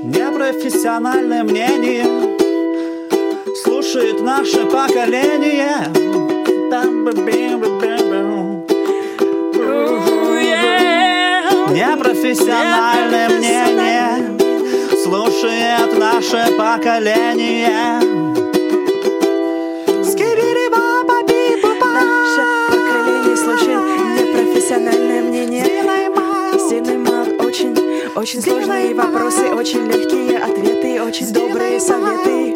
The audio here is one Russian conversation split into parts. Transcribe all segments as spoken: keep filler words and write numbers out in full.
Непрофессиональное мнение слушает наше поколение. Непрофессиональное мнение слушает наше поколение. Наше поколение слушает непрофессиональное мнение. Стильный мат, очень, очень сложные вопросы, очень легкие ответы, очень добрые советы.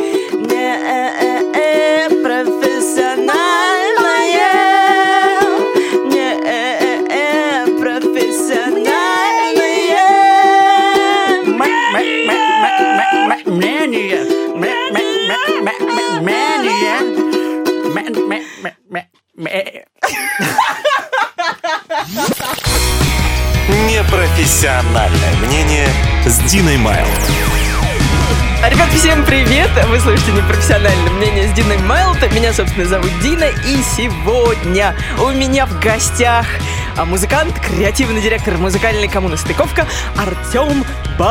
Непрофессиональное мнение с Диной Майл. Ребят, всем привет! Вы слушаете «Непрофессиональное мнение» с Диной Майлд. Меня, собственно, зовут Дина. И сегодня у меня в гостях музыкант, креативный директор музыкальной коммуны «Стыковка» Артем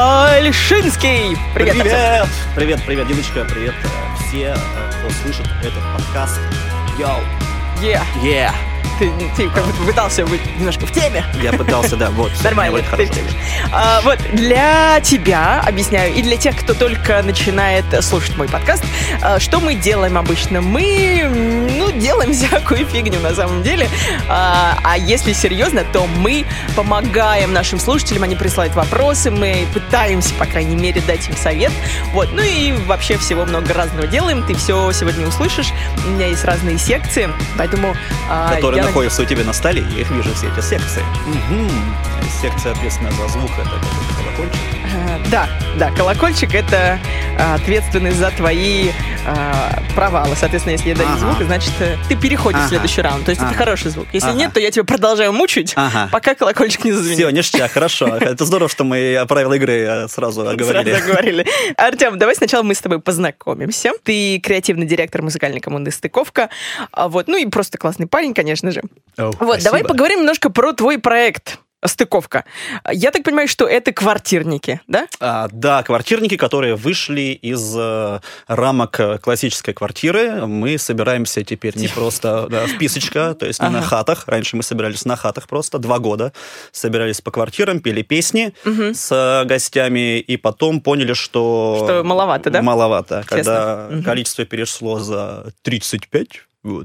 Большинский. Привет, Привет! Артем. Привет, привет, Диночка, привет все, кто слышит этот подкаст. Йоу! Yeah. Yeah! Ты, ты как будто пытался быть немножко в теме. Я пытался, да, вот. Нормально, будет ты хорошо. в теме. А, вот, для тебя, объясняю, и для тех, кто только начинает слушать мой подкаст, а, что мы делаем обычно? Мы, ну, делаем всякую фигню на самом деле. А, а если серьезно, то мы помогаем нашим слушателям, они присылают вопросы, мы пытаемся, по крайней мере, дать им совет. Вот, ну и вообще всего много разного делаем. Ты все сегодня услышишь. У меня есть разные секции, поэтому... а, Которые я находятся у тебя на столе, я их вижу, все эти секции. Угу. Секция, ответственная за звук, это какой-то колокольчик. А, да, да, колокольчик — это а, ответственность за твои а, провалы. Соответственно, если я даю Ага. звук, значит, ты переходишь Ага. в следующий раунд. То есть Ага. это хороший звук. Если Ага. нет, то я тебя продолжаю мучить, Ага. пока колокольчик не зазвенит. Все, ништяк, хорошо. Это здорово, что мы правила игры сразу оговорили. Сразу оговорили. Артем, давай сначала мы с тобой познакомимся. Ты креативный директор музыкальной команды «Стыковка». А вот, ну и просто классный парень, конечно же. О, Вот, спасибо. давай поговорим немножко про твой проект «Стыковка». Я так понимаю, что это квартирники, да? А, да, квартирники, которые вышли из э, рамок классической квартиры. Мы собираемся теперь не просто да, в писочка, то есть не Ага. на хатах. Раньше мы собирались на хатах просто два года. Собирались по квартирам, пели песни Мгм. с гостями, и потом поняли, что... Что маловато, да? Маловато. Честно. Когда Мгм. количество перешло за тридцать пять, вот,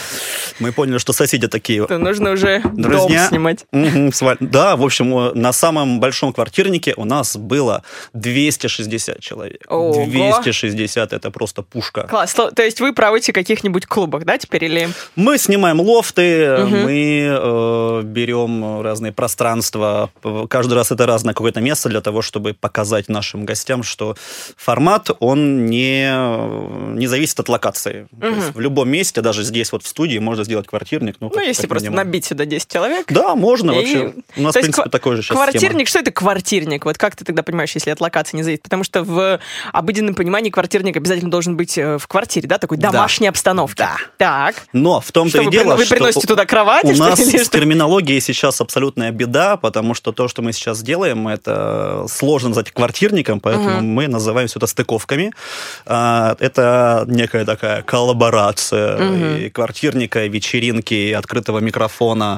мы поняли, что соседи такие... То нужно уже Друзья, дом снимать. Мгм, сваль- да, в общем, на самом большом квартирнике у нас было двести шестьдесят человек. Ого. двести шестьдесят это просто пушка. Класс. То, то есть вы проводите в каких-нибудь клубах, да, теперь? Или... Мы снимаем лофты, Мгм. мы э, берем разные пространства. Каждый раз это разное какое-то место для того, чтобы показать нашим гостям, что формат, он не, не зависит от локации. То Мгм. есть в любом месте, даже здесь вот в студии, можно сделать квартирник. Ну, Ну, как- если как просто минимум. набить сюда десять человек. Да, можно И- вообще. У нас, То в есть принципе, ква- такой же сейчас Квартирник, что это квартирник? Вот как ты тогда понимаешь, если от локации не зависит? Потому что в обыденном понимании квартирник обязательно должен быть э, в квартире, да, такой Да. домашней обстановке. Да. Так. Но в том-то Что и вы, дело, при- вы что приносите туда кровати, у что нас ли, или с что? терминологией сейчас абсолютная беда, потому что то, что мы сейчас делаем, это сложно назвать квартирником, поэтому Мгм. мы называем все это стыковками. А, Это некая такая коллаборация Мгм. и квартирника, и вечеринки, и открытого микрофона.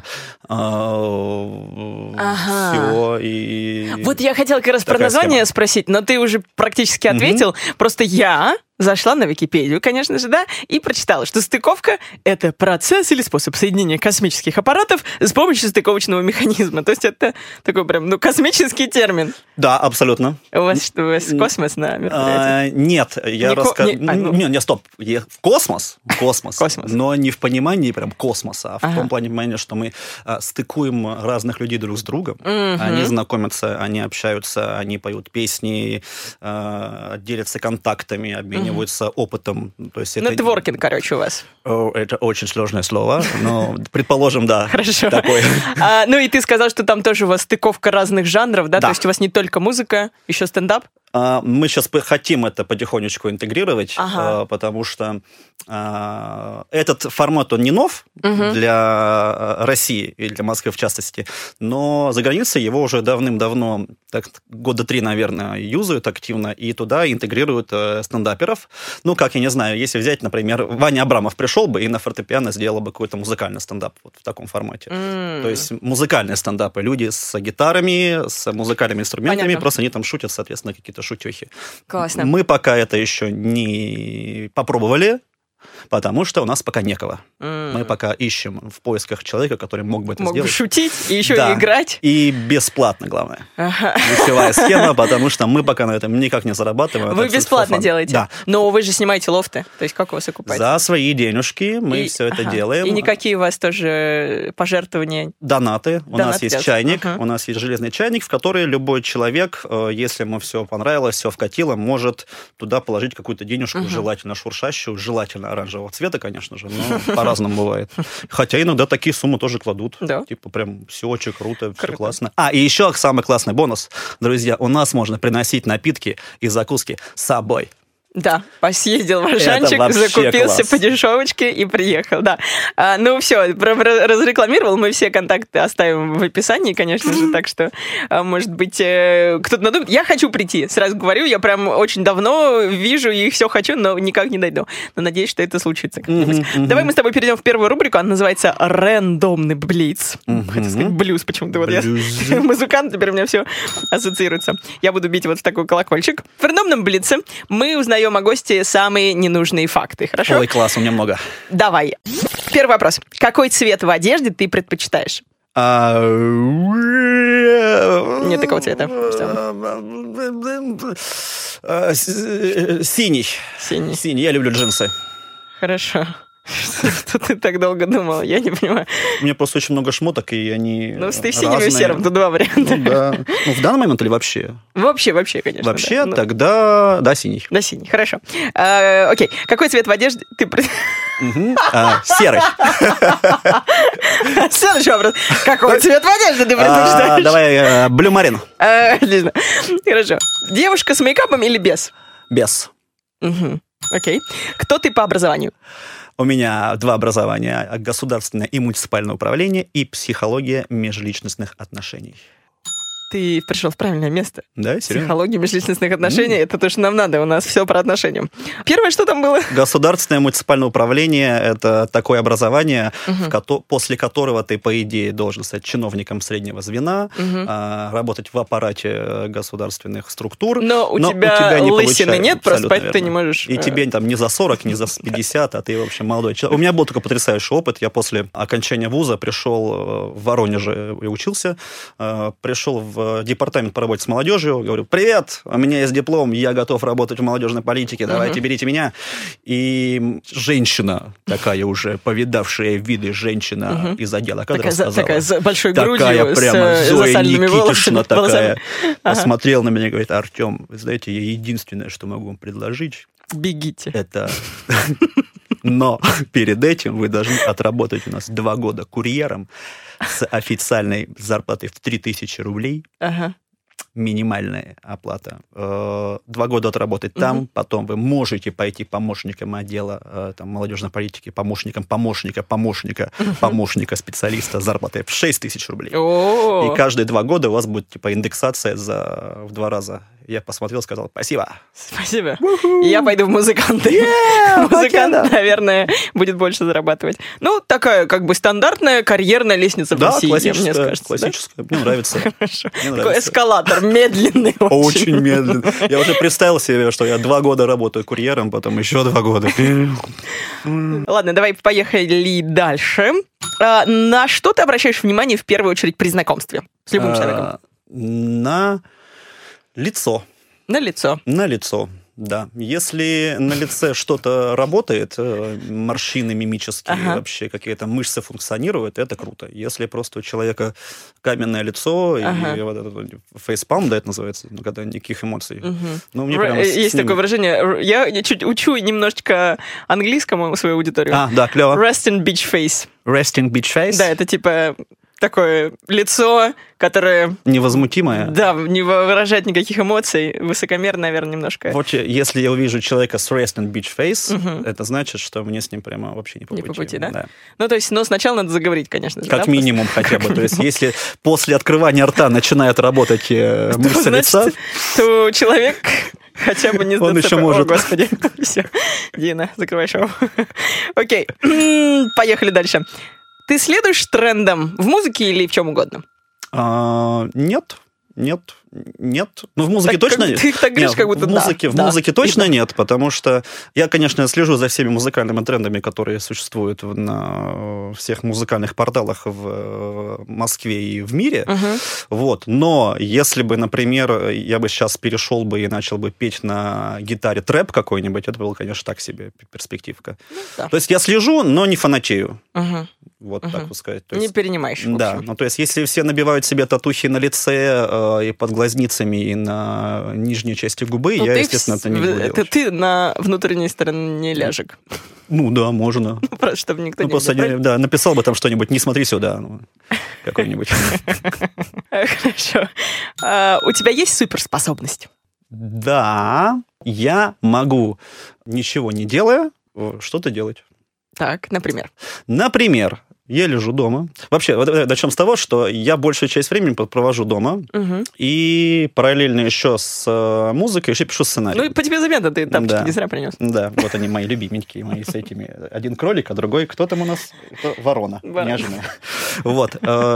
Ага. Все. И... Вот я хотела как раз про Такая название схема. спросить, но ты уже практически ответил. Просто я зашла на Википедию, конечно же, да, и прочитала, что стыковка — это процесс или способ соединения космических аппаратов с помощью стыковочного механизма. То есть это такой прям, ну, космический термин. Да, абсолютно. У вас что, у вас космос на мероприятии? А, нет, я Не ко- расскажу. не- а, ну. Не, не, стоп. Я- В космос, космос, Космос. но не в понимании прям космоса, а в Ага. том плане понимания, что мы а, стыкуем разных людей друг с другом. Мгм. Они знакомятся, они общаются, они поют песни, а, делятся контактами, обмениваются опытом. То есть это, Нетворкинг, короче, у вас. О, это очень сложное слово, но предположим, да. Хорошо. Такое. А, ну и ты сказал, что там тоже у вас стыковка разных жанров, да? Да. То есть у вас не только музыка, еще стендап? Мы сейчас хотим это потихонечку интегрировать, ага. потому что этот формат, он не нов угу. для России и для Москвы в частности, но за границей его уже давным-давно, так, года три, наверное, юзают активно, и туда интегрируют стендаперов. Ну, как, я не знаю, если взять, например, Ваня Абрамов пришел бы и на фортепиано сделал бы какой-то музыкальный стендап вот в таком формате. Mm. То есть музыкальные стендапы. Люди с гитарами, с музыкальными инструментами, Понятно. Просто они там шутят, соответственно, какие-то шутехи. Классно. Мы пока это еще не попробовали, потому что у нас пока некого. Mm. Мы пока ищем в поисках человека, который мог бы это мог сделать. Мог бы шутить и еще да. и играть. И бесплатно, главное. Ага. Ключевая схема, потому что мы пока на этом никак не зарабатываем. Вы бесплатно делаете? Да. Но вы же снимаете лофты. То есть как у вас окупается? За свои денежки мы и... все это ага. делаем. И никакие у вас тоже пожертвования? Донаты. У Донат нас есть пять. чайник. Ага. У нас есть железный чайник, в который любой человек, если ему все понравилось, все вкатило, может туда положить какую-то денежку, ага. желательно шуршащую, желательно оранжевого цвета, конечно же, но по-разному бывает. Хотя иногда такие суммы тоже кладут. Да. Типа прям все очень круто, все круто. Классно. А, и еще самый классный бонус. Друзья, у нас можно приносить напитки и закуски с собой. Да, съездил в Ашанчик, закупился класс. по дешевочке и приехал, да. А, ну все, разрекламировал, мы все контакты оставим в описании, конечно же, так что, может быть, кто-то надумает. Я хочу прийти, сразу говорю, я прям очень давно вижу и все хочу, но никак не дойду. Но надеюсь, что это случится как-нибудь. Mm-hmm, mm-hmm. Давай мы с тобой перейдем в первую рубрику, она называется «Рандомный блиц». Mm-hmm. Хотел сказать блюз почему-то. Вот я музыкант, теперь у меня все ассоциируется. Я буду бить вот в такой колокольчик. В рандомном блице мы узнаем о гости самые ненужные факты, хорошо? Ой, класс, у меня много. Давай. Первый вопрос. Какой цвет в одежде ты предпочитаешь? А... Нет такого цвета. Синий. Синий. Синий. Я люблю джинсы. Хорошо. Что ты так долго думал? Я не понимаю. У меня просто очень много шмоток, и они Ну, ты в синем и в сером, тут два варианта. Ну, да. Ну, в данный момент или вообще? Вообще, вообще, конечно. Вообще, да. тогда, да, синий. Да, синий, хорошо. А, окей, какой цвет в одежде ты... Угу. А, серый. Следующий вопрос. Какой цвет в одежде ты предпочитаешь? А, давай, блю марин. Отлично. Хорошо. Девушка с мейкапом или без? Без. Угу. Окей. Кто ты по образованию? У меня два образования. Государственное и муниципальное управление и психология межличностных отношений. Ты пришел в правильное место. Да, серьезно? Психология межличностных отношений, mm. это то, что нам надо. У нас все про отношения. Первое, что там было? Государственное муниципальное управление – это такое образование, uh-huh. в ко- после которого ты, по идее, должен стать чиновником среднего звена, uh-huh. а, работать в аппарате государственных структур. Но у но тебя, у тебя не лысины нет, просто поэтому ты не можешь... И тебе там не за сорок, не за пятьдесят, а ты, в общем, молодой человек. У меня был только потрясающий опыт. Я после окончания вуза пришел в Воронеже и учился. Пришел в в департамент по работе с молодежью, говорю: привет, у меня есть диплом, я готов работать в молодежной политике, давайте uh-huh. берите меня. И женщина, такая уже повидавшая виды женщина uh-huh. из отдела кадров, такая, сказала... Такая с большой такая грудью, прямо с Зоя Никитична такая, ага. посмотрела на меня и говорит: Артем, вы знаете, я единственное, что могу вам предложить... Бегите. Это... Но перед этим вы должны отработать у нас два года курьером с официальной зарплатой в три тысячи рублей. Ага. Минимальная оплата. Два года отработать там, угу. потом вы можете пойти помощником отдела там, молодежной политики, помощником помощника, помощника, угу. помощника специалиста с зарплатой в шесть тысяч рублей. О-о-о. И каждые два года у вас будет типа индексация за, в два раза. Я посмотрел, сказал: спасибо. Спасибо. И я пойду в музыканты. Yeah, Музыкант, okay, да. наверное, будет больше зарабатывать. Ну, такая как бы стандартная карьерная лестница в да, России, классическая, мне кажется. классическая. Да? Мне нравится. Хорошо. Мне Такой нравится. эскалатор медленный. Очень. Очень медленно. Я уже представил себе, что я два года работаю курьером, потом еще два года. Ладно, давай поехали дальше. А, на что ты обращаешь внимание в первую очередь при знакомстве с любым человеком? На лицо. На лицо. На лицо, да. Если на лице что-то работает, морщины мимические, ага. вообще какие-то мышцы функционируют, это круто. Если просто у человека каменное лицо, ага. и вот этот фейспалм, да, это называется, когда никаких эмоций. Угу. Ну, мне прямо есть ним... такое выражение, я чуть учу немножечко английскому свою аудиторию. А, да, клево. Resting beach face. Resting beach face? Да, это типа... такое лицо, которое... Невозмутимое. Да, не выражает никаких эмоций. Высокомерно, наверное, немножко. Вот если я увижу человека с resting beach face, угу. это значит, что мне с ним прямо вообще не по не пути. по пути, да? да? Ну, то есть, но сначала надо заговорить, конечно же. Как да, минимум просто... хотя бы. То есть, если после открывания рта начинает работать мышца лица... то человек... Хотя бы не Он еще может. О, Господи. Все. Дина, закрывай шоу. Окей. Поехали дальше. Ты следуешь трендам в музыке или в чем угодно? А, нет. Нет, нет. Ну, в музыке так, точно как, нет. Ты так говоришь, нет, как будто в музыке, да. В да. музыке точно да. нет, потому что я, конечно, слежу за всеми музыкальными трендами, которые существуют на всех музыкальных порталах в Москве и в мире. Uh-huh. Вот. Но если бы, например, я бы сейчас перешел бы и начал бы петь на гитаре трэп какой-нибудь, это было, конечно, так себе перспективка. Ну, да. То есть я слежу, но не фанатею. Uh-huh. Вот uh-huh. так вот сказать. То не есть, перенимаешь. Да, ну то есть если все набивают себе татухи на лице э, и под глазницами, и на нижней части губы, но я, естественно, в... это не буду это делать. Ты на внутренней стороне ляжек. Ну да, можно. Просто чтобы никто ну, не просто видел. Не, да, написал бы там что-нибудь, не смотри сюда, ну, какой-нибудь. Хорошо. У тебя есть суперспособность? Да, я могу, ничего не делая, что-то делать. Так, например? Например, я лежу дома. Вообще, начнем с того, что я большую часть времени провожу дома, угу. и параллельно еще с музыкой еще пишу сценарий. Ну, и по тебе заметно, ты тапочки да. не зря принес. Да, вот они мои любименькие, мои с этими. Один кролик, а другой, кто там у нас? Кто? Ворона. Ворона. Неожиданно. Вот.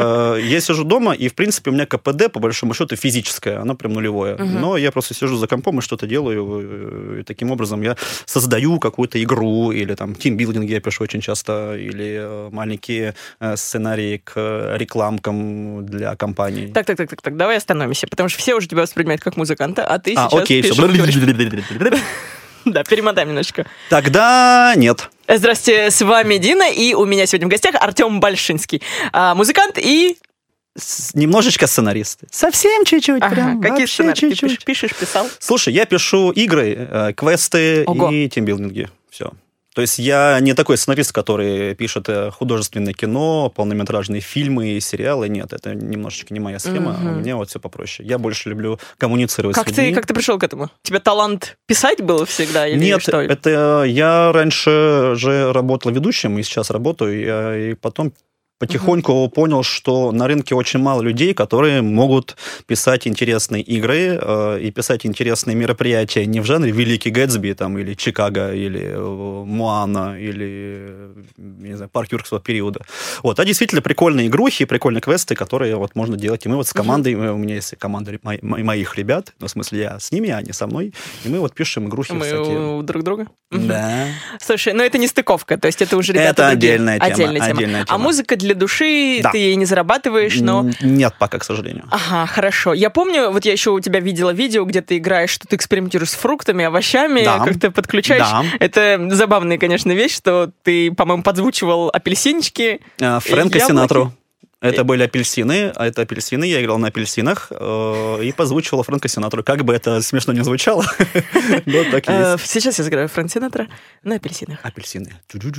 Я сижу дома, и, в принципе, у меня ка пэ дэ, по большому счету, физическое, оно прям нулевое. Угу. Но я просто сижу за компом и что-то делаю, и таким образом я создаю какую-то игру, или там тимбилдинги я пишу очень часто, или маленькие сценарии к рекламкам для компаний. Так, так, так, так, так, давай остановимся, потому что все уже тебя воспринимают как музыканта, а ты а, сейчас окей, пишешь... все. Да, перемотай немножечко. Тогда нет. Здрасте, с вами Дина, и у меня сегодня в гостях Артем Большинский, музыкант и... С, немножечко сценарист. Совсем чуть-чуть. Ага, прям, какие сценарии чуть-чуть. ты пишешь, пишешь, писал? Слушай, я пишу игры, э, квесты Ого. и тимбилдинги. Все. То есть я не такой сценарист, который пишет художественное кино, полнометражные фильмы и сериалы. Нет, это немножечко не моя схема. Угу. У меня вот все попроще. Я больше люблю коммуницировать как с людьми. Ты, как ты пришел к этому? У тебя талант писать был всегда? Или Нет, что? это я раньше же работал ведущим, и сейчас работаю, и потом потихоньку uh-huh. понял, что на рынке очень мало людей, которые могут писать интересные игры э, и писать интересные мероприятия не в жанре «Великий Гэтсби» там, или «Чикаго», или э, «Моана», или не знаю, «Парк юрского периода». Вот, а действительно прикольные игрухи, прикольные квесты, которые вот можно делать. И мы вот с командой, uh-huh. у меня есть команда мо- мо- моих ребят, ну, в смысле, я с ними, а не со мной, и мы вот пишем игрухи мы всякие. У друг друга? Да. Слушай, ну это не стыковка, то есть это уже ребята Это другие. отдельная тема. Отдельная тема. Отдельная тема. А музыка для души, да. ты ей не зарабатываешь, но... Нет пока, к сожалению. Ага, хорошо. Я помню, вот я еще у тебя видела видео, где ты играешь, что ты экспериментируешь с фруктами, овощами, да. как-то подключаешь. Да. Это забавная, конечно, вещь, что ты, по-моему, подзвучивал апельсинчики. Фрэнка Синатру. Это были апельсины, а это апельсины, я играл на апельсинах э, и позвучивал Фрэнка Синатру. Как бы это смешно не звучало, но так и есть. Сейчас я сыграю Фрэнк Синатра на апельсинах. Апельсины.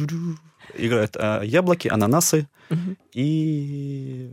Играют яблоки, ананасы и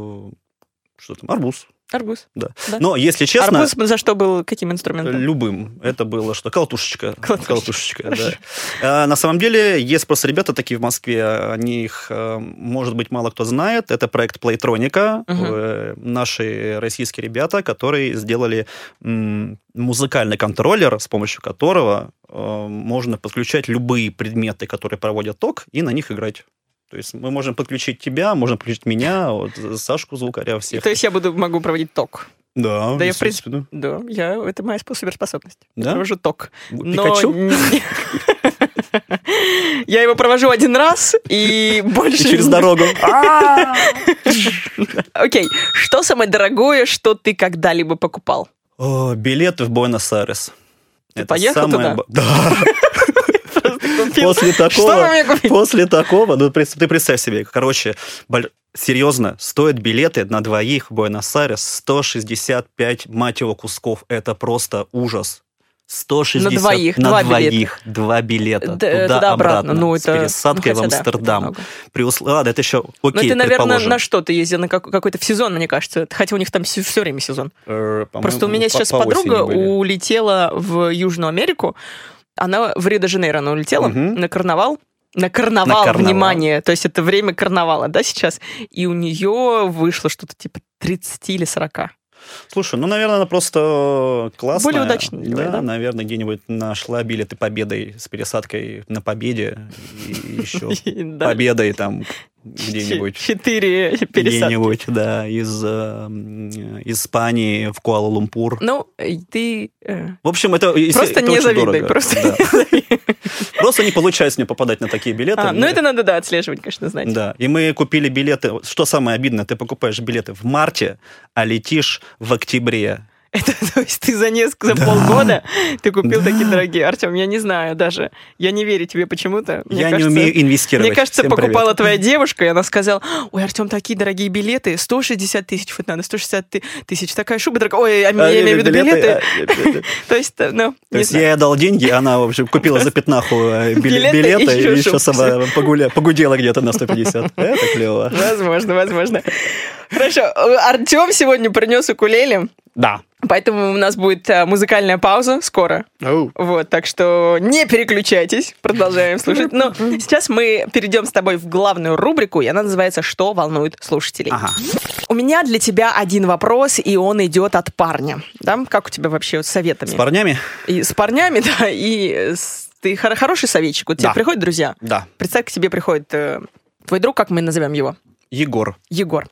что там, арбуз. Арбуз. Да. да. Но, если честно... Арбуз за что был, каким инструментом? Любым. Это было что? Колотушечка. Колотушечка. Колотушечка, да. А, на самом деле, есть просто ребята такие в Москве, они их, может быть, мало кто знает. Это проект Playtronica. Uh-huh. Наши российские ребята, которые сделали м, музыкальный контроллер, с помощью которого э, можно подключать любые предметы, которые проводят ток, и на них играть. То есть мы можем подключить тебя, можем подключить меня, вот, Сашку, звукаря, всех. То есть я буду, могу проводить ток? Да, да, я, в принципе, да, я, это моя суперспособность. Да? Я провожу ток. Пикачу? Я его провожу один раз и больше... Через дорогу. Окей, что самое дорогое, что ты когда-либо покупал? Билеты в Буэнос-Айрес. Ты поехал туда? Да. После такого, после такого, ну ты представь себе, короче, серьезно, стоят билеты на двоих в Буэнос-Айрес сто шестьдесят пять, мать его, кусков. Это просто ужас. сто шестьдесят на двоих, на два двоих, билета. два билета Д- туда-обратно, туда-обратно. Ну, с это- пересадкой ну, в хотя да, Амстердам. это много. При усл- Ладно, это еще Ну, окей, ты, наверное, предположим. на что ты ездил? На как- какой-то в сезон, мне кажется. Хотя у них там все, время сезон. Э, Просто у меня по- сейчас по подруга осени были. улетела в Южную Америку. Она в Рио-де-Жанейро она улетела Мгм. на карнавал. На карнавал, На карнавал. внимание. То есть это время карнавала, да, сейчас? И у нее вышло что-то типа тридцать или сорок. Слушай, ну, наверное, она просто классная. Более удачная, Да, да? наверное, где-нибудь нашла билеты победой с пересадкой на Победе и еще Да. победой там где-нибудь. Четыре пересадки. Где-нибудь, да, из э, м, Испании в Куала-Лумпур. Ну, ты э, В общем, это, если- просто это не очень завидуй. дорого. Просто Да. не завидуй. Просто не получается мне попадать на такие билеты. А, ну, это надо, да, отслеживать, конечно, знать. Да, и мы купили билеты. Что самое обидное, ты покупаешь билеты в марте, а летишь в октябре. Это, то есть ты за несколько, за полгода ты купил такие дорогие. Артем, я не знаю даже. Я не верю тебе почему-то. Мне Я кажется, не умею инвестировать. Мне кажется, Всем покупала привет. твоя девушка, и она сказала: ой, Артем, такие дорогие билеты, сто шестьдесят тысяч, вот надо, сто шестьдять ты- тысяч, такая шуба дорогая. Ой, а А, я имею в виду билеты. а, билеты. То есть, э, ну, То не есть знаю. я ей дал деньги, она, в общем, купила за пятнаху э, бил- Билеты билеты и и еще еще шубку. сама погуля- погудела где-то на сто пятьдесят. Это клево. Возможно, возможно. Хорошо, Артем сегодня принес укулеле, Да. поэтому у нас будет э, музыкальная пауза скоро. Вот, так что не переключайтесь, продолжаем слушать. Но сейчас мы перейдем с тобой в главную рубрику, и она называется «Что волнует слушателей?». Ага. У меня для тебя один вопрос, и он идет от парня. Да? Как у тебя вообще с советами? С парнями? И с парнями, да, и с- ты хор- хороший советчик. Вот тебе Да. приходят друзья. Да. Представь, к тебе приходит э, твой друг, как мы назовем его? Егор. Егор.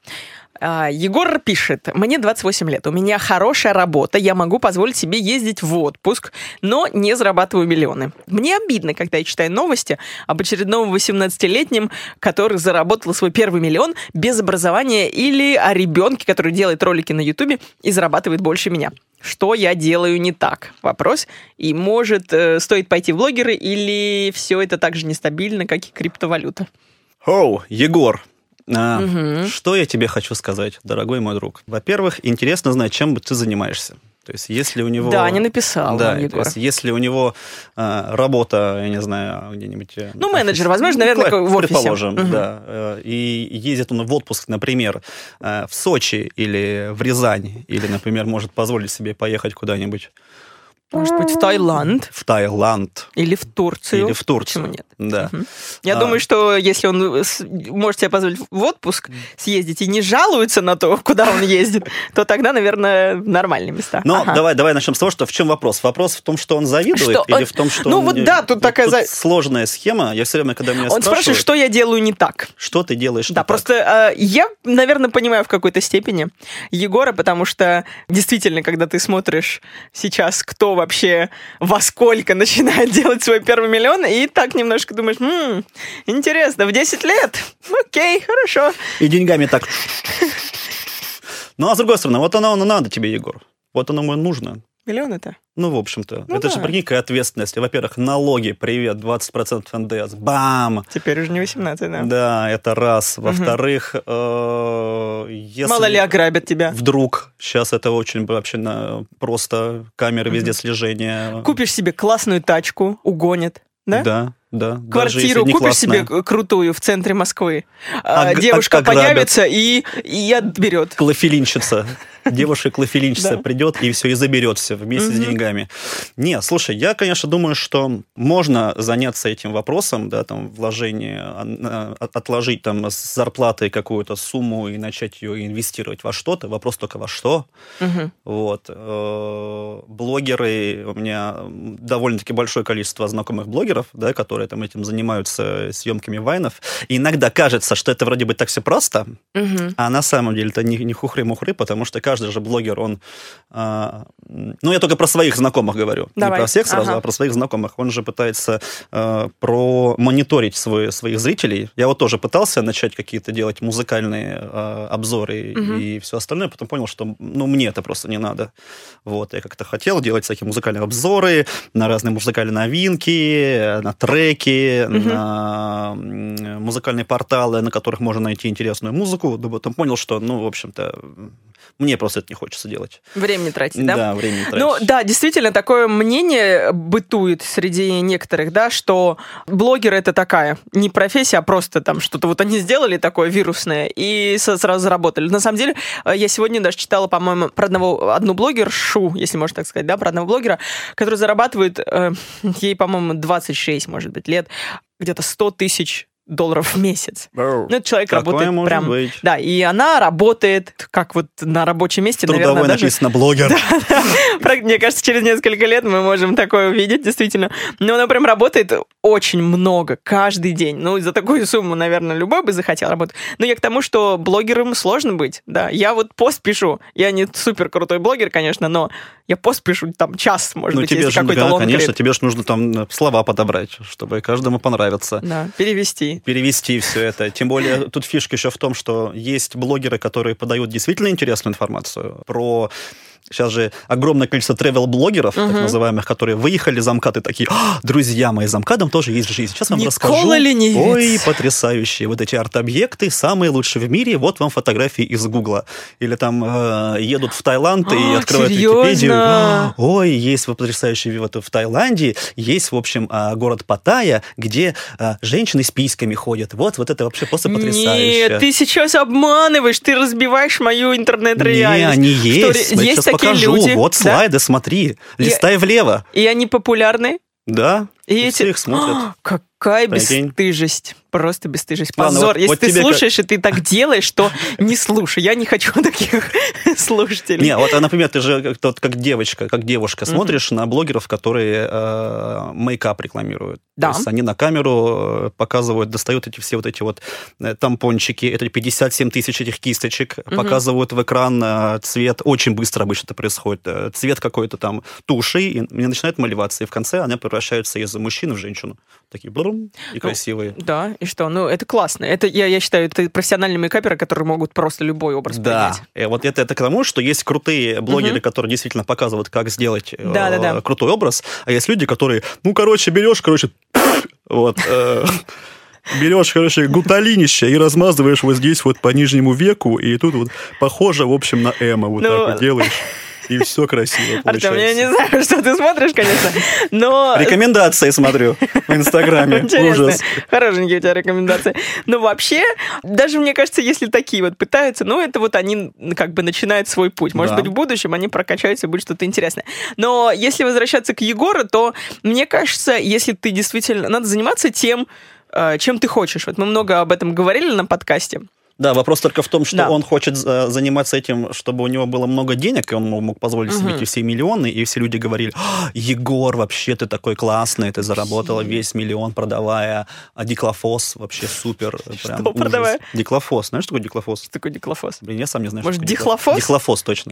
А, Егор пишет: мне двадцать восемь лет, у меня хорошая работа, я могу позволить себе ездить в отпуск, но не зарабатываю миллионы. Мне обидно, когда я читаю новости об очередном восемнадцатилетнем, который заработал свой первый миллион без образования, или о ребенке, который делает ролики на Ютубе и зарабатывает больше меня. Что я делаю не так? Вопрос. И может, э, стоит пойти в блогеры, или все это так же нестабильно, как и криптовалюта? Оу, Егор. А, Мгм. Что я тебе хочу сказать, дорогой мой друг? Во-первых, интересно знать, чем ты занимаешься. То есть, если у него... Да, не написал Да, нам то Егор. есть, если у него а, работа, я не знаю, где-нибудь... э, Ну, менеджер, офис- возможно, наверное, ну, в офисе. Предположим, Мгм. да. э, И ездит он в отпуск, например, э, в Сочи или в Рязань, или, например, может позволить себе поехать куда-нибудь Может быть, в Таиланд в Таиланд или в Турцию. или в Турцию. Почему нет? Да. Мгм. Я А. думаю, что если он с- может себе позволить в отпуск съездить и не жалуется на то, куда он ездит, то тогда, наверное, нормальные места. Но Ага. давай, давай начнем с того, что в чем вопрос? Вопрос в том, что он завидует, Что? или Он- в том, что ну он вот не- да, тут такая за- сложная схема. Я все время, когда меня Он спрашивают, спрашивает, что я делаю не так. что ты делаешь Да, не так? просто э, я, наверное, понимаю в какой-то степени Егора, потому что действительно, когда ты смотришь сейчас, кто вообще во сколько начинает делать свой первый миллион, и так немножко думаешь: «М, интересно, в десять лет? Окей, хорошо». И деньгами так. Ну, а с другой стороны, вот оно, оно надо тебе, Егор. Вот оно ему нужно. Миллион это? Ну, в общем-то. Ну это да. же, прикинь, какая ответственность. Во-первых, налоги, привет, двадцать процентов эн дэ эс. Бам! Теперь уже не восемнадцать, да? Да, это раз. Во-вторых, э, если... Мало ли ограбят тебя. Вдруг, сейчас это очень вообще на- просто камеры везде слежения. Купишь себе классную тачку, угонят, да? Да, да. Даже Квартиру если не купишь классная. себе к- крутую в центре Москвы. А, Ог- девушка ограбят. появится и, и отберет. Клофелинщица. Девушка-клофелинщица Да. придет и все, и заберет все вместе с Мгм. деньгами. Не, слушай, я, конечно, думаю, что можно заняться этим вопросом, да, там, вложение, а, на- от- отложить там с зарплаты какую-то сумму и начать ее инвестировать во что-то. Вопрос только во что. Мгм. Вот. Э, Блогеры, у меня довольно-таки большое количество знакомых блогеров, да, которые там этим занимаются съемками вайнов. И иногда кажется, что это вроде бы так все просто, Мгм. а на самом деле это не, не хухры-мухры, потому что каждый же блогер, он... а, ну, я только про своих знакомых говорю. Давай. Не про всех сразу, Ага. а про своих знакомых. Он же пытается а, промониторить свой, своих зрителей. Я вот тоже пытался начать какие-то делать музыкальные а, обзоры Мгм. и все остальное, потом понял, что ну, мне это просто не надо. Вот, я как-то хотел делать всякие музыкальные обзоры на разные музыкальные новинки, на треки, Мгм. на м, музыкальные порталы, на которых можно найти интересную музыку. Да, потом понял, что, ну, в общем-то, мне просто это не хочется делать. Времени тратить, да? Да, времени тратить. Ну, да, действительно, такое мнение бытует среди некоторых, да, что блогеры — это такая не профессия, а просто там что-то вот они сделали такое вирусное и сразу заработали. На самом деле, я сегодня даже читала, по-моему, про одного, одну блогершу, если можно так сказать, да, про одного блогера, который зарабатывает, э, ей, по-моему, двадцать шесть, может быть, лет, где-то сто тысяч долларов в месяц. Wow. Ну, этот человек Такое работает может прям... быть. Да, и она работает как вот на рабочем месте, Трудовой наверное, даже... написано блогер. Мне кажется, через несколько лет мы можем такое увидеть, действительно. Но она прям работает очень много, каждый день. Ну, за такую сумму, наверное, любой бы захотел работать. Но я к тому, что блогерам сложно быть, да. Я вот пост пишу. Я не супер крутой блогер, конечно, но я пост пишу там час, может ну, быть, тебе если же, какой-то да, лонгрид. конечно, тебе же нужно там слова подобрать, чтобы каждому понравиться. Да, перевести. Перевести все это. Тем более, тут фишка еще в том, что есть блогеры, которые подают действительно интересную информацию про... Сейчас же огромное количество тревел-блогеров, uh-huh. так называемых, которые выехали за МКАД и такие: друзья мои, за МКАДом тоже есть жизнь. Сейчас вам Никола расскажу. Ленивец. Ой, потрясающие вот эти арт-объекты, самые лучшие в мире, вот вам фотографии из Гугла. Или там э, едут в Таиланд и открывают Википедию. Ой, есть вот потрясающий вид в Таиланде, есть, в общем, город Паттайя, где э, женщины с письками ходят. Вот, вот это вообще просто потрясающе. Нет, ты сейчас обманываешь, ты разбиваешь мою интернет-реальность. Не, они есть. Что, есть такие покажу. люди. Вот да? слайды, смотри. Листай и, влево. И они популярны? Да. И, и эти... все их смотрят. О, какая Прикинь. бесстыжесть. Просто бесстыжесть. Ладно, Позор. вот, Если вот ты тебе слушаешь, как... и ты так делаешь, то не слушай. Я не хочу таких слушателей. Не, вот, например, ты же как, вот, как девочка, как девушка mm-hmm. смотришь на блогеров, которые э, мейкап рекламируют. Да. То есть они на камеру показывают, достают эти все вот эти вот тампончики, это пятьдесят семь тысяч этих кисточек, mm-hmm. показывают в экран э, цвет, очень быстро обычно это происходит, э, цвет какой-то там туши, и мне начинает малеваться, и в конце она превращается из мужчины в женщину. Такие брум, и ну, красивые. Да, и что? Ну, это классно. Это, я, я считаю, это профессиональные мейкаперы, которые могут просто любой образ да. принять. Да, вот это, это к тому, что есть крутые блогеры, угу. которые действительно показывают, как сделать да, э, да, да. крутой образ, а есть люди, которые, ну, короче, берешь, короче, вот... Берешь, короче, гуталинище и размазываешь вот здесь вот по нижнему веку, и тут вот похоже, в общем, на Эмо. Вот ну... так вот делаешь. И все красиво получается. Артем, я не знаю, что ты смотришь, конечно, но... Рекомендации смотрю в Инстаграме. Ужас. Хорошенькие у тебя рекомендации. Но вообще, даже мне кажется, если такие вот пытаются, ну, это вот они как бы начинают свой путь. Может да. быть, в будущем они прокачаются, и будет что-то интересное. Но если возвращаться к Егору, то мне кажется, если ты действительно... Надо заниматься тем, чем ты хочешь. Вот мы много об этом говорили на подкасте. Да, вопрос только в том, что да. он хочет заниматься этим, чтобы у него было много денег, и он мог позволить себе эти все миллионы, и все люди говорили: Егор, вообще ты такой классный, ты заработала весь миллион, продавая диклофос, вообще супер. Что прям продавая? Ужас. Диклофос, знаешь, что такое диклофос? Что такое диклофос? Блин, я сам не знаю, Может, что дихлофос? Диклофос, точно.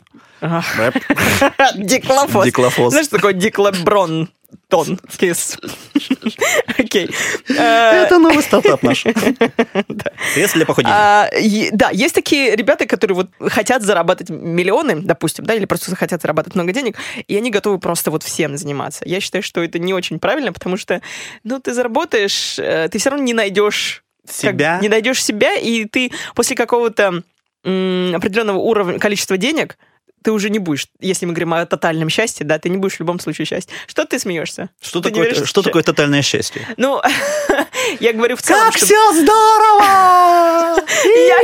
Диклофос. Диклофос. Знаешь, что такое диклоброн? Тон. Кис. Окей. Это новый стартап наш. Средства для похудения. Да, есть такие ребята, которые вот хотят зарабатывать миллионы, допустим, да, или просто хотят зарабатывать много денег, и они готовы просто вот всем заниматься. Я считаю, что это не очень правильно, потому что, ну, ты заработаешь, ты все равно не найдешь себя, не найдешь себя, и ты после какого-то определенного уровня, количества денег ты уже не будешь, если мы говорим о тотальном счастье, да, ты не будешь в любом случае счастья. Что ты смеешься? Что, такое, веришь, что такое тотальное счастье? Ну, я говорю в целом, как что... все здорово! Я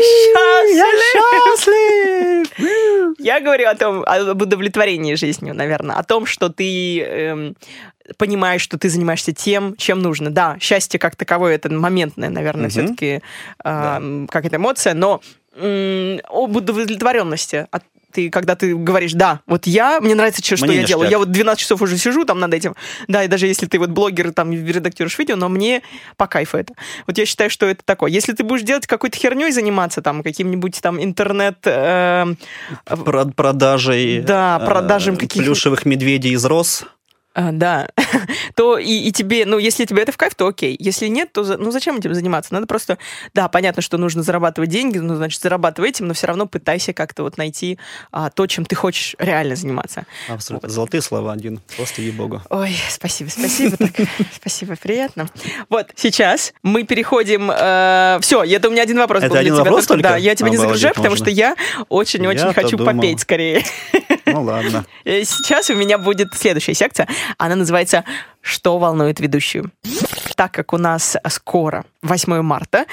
счастлив! Я говорю о том, об удовлетворении жизнью, наверное, о том, что ты эм, понимаешь, что ты занимаешься тем, чем нужно. Да, счастье как таковое, это моментное, наверное, угу. все-таки э, да. как-то эмоция, но э, об удовлетворенности от ты, когда ты говоришь, да, вот я, мне нравится, что, что я делаю. Я вот двенадцать часов уже сижу там над этим. Да, и даже если ты вот блогер, там, редактируешь видео, но мне по кайфу это. Вот я считаю, что это такое. Если ты будешь делать какой-то херней заниматься, там, каким-нибудь там интернет... Э, Продажей... Да, продажем э, каких-то... Плюшевых медведей из роз. А, да, то и, и тебе, ну, если тебе это в кайф, то окей. Если нет, то за, ну, зачем этим заниматься? Надо просто, да, понятно, что нужно зарабатывать деньги, ну, значит, зарабатывай этим, но все равно пытайся как-то вот найти а, то, чем ты хочешь реально заниматься. Абсолютно. Вот. Золотые слова, один. Просто ей-богу. Ой, спасибо, спасибо. Спасибо, приятно. Вот, сейчас мы переходим... Все, это у меня один вопрос был для тебя. Это один вопрос только? Да, я тебя не загружаю, потому что я очень-очень хочу попеть скорее. Ну, ладно. Сейчас у меня будет следующая секция. Она называется «Что волнует ведущую?». Так как у нас скоро восьмое марта,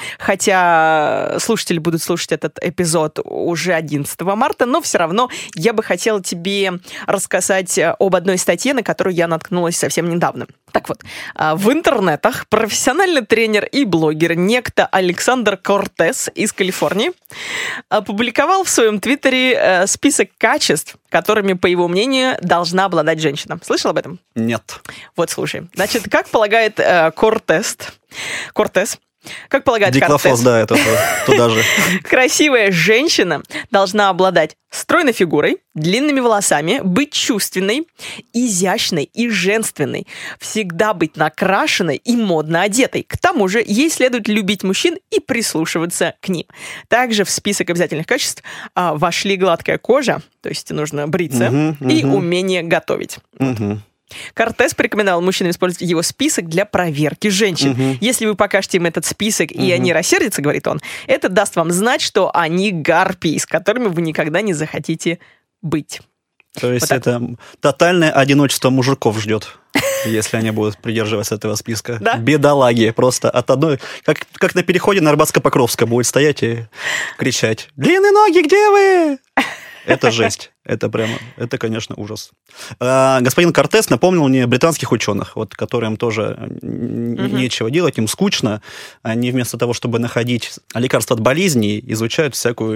хотя слушатели будут слушать этот эпизод уже одиннадцатого марта, но все равно я бы хотела тебе рассказать об одной статье, на которую я наткнулась совсем недавно. Так вот, в интернетах профессиональный тренер и блогер некто Александр Кортес из Калифорнии опубликовал в своем твиттере список качеств, которыми, по его мнению, должна обладать женщина. Слышал об этом? Нет. Вот, слушай. Значит, как полагает э, Кортес, Кортес, как полагает Диклофос, Кортес, да, это туда же. Красивая женщина должна обладать стройной фигурой, длинными волосами, быть чувственной, изящной и женственной, всегда быть накрашенной и модно одетой. К тому же ей следует любить мужчин и прислушиваться к ним. Также в список обязательных качеств а, вошли гладкая кожа, то есть нужно бриться, угу, и угу. умение готовить. Угу. Кортес порекомендовал мужчинам использовать его список для проверки женщин. Угу. Если вы покажете им этот список, и угу. они рассердятся, говорит он, это даст вам знать, что они гарпии, с которыми вы никогда не захотите быть. То есть вот это тотальное одиночество мужиков ждет, если они будут придерживаться этого списка. Да? Бедолаги. Просто от одной... Как, как на переходе на Арбатско-Покровска будет стоять и кричать: «Длинные ноги, где вы?» Это жесть. Это прямо, это, конечно, ужас. А, господин Кортес напомнил мне британских ученых, вот, которым тоже mm-hmm. нечего делать, им скучно. Они вместо того, чтобы находить лекарства от болезней, изучают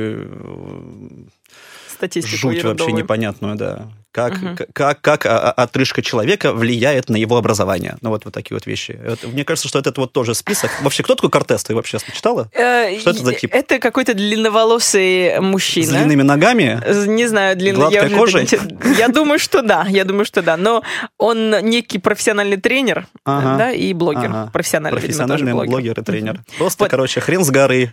всякую статистику жуть ерундовую. Вообще непонятную, да. Как, угу. как, как отрыжка человека влияет на его образование. Ну, вот, вот такие вот вещи. Это, мне кажется, что это вот тоже список. Вообще, кто такой Кортес? Ты вообще читала? Что это за тип? Это какой-то длинноволосый мужчина. С длинными ногами? Не знаю, длинный. Гладкой я кожей? Уже... Я думаю, что да. Я думаю, что да. Но он некий профессиональный тренер, ага. да, и блогер. Ага. Профессиональный, Профессиональный видимо, блогер. блогер и тренер. Просто, вот. короче, хрен с горы.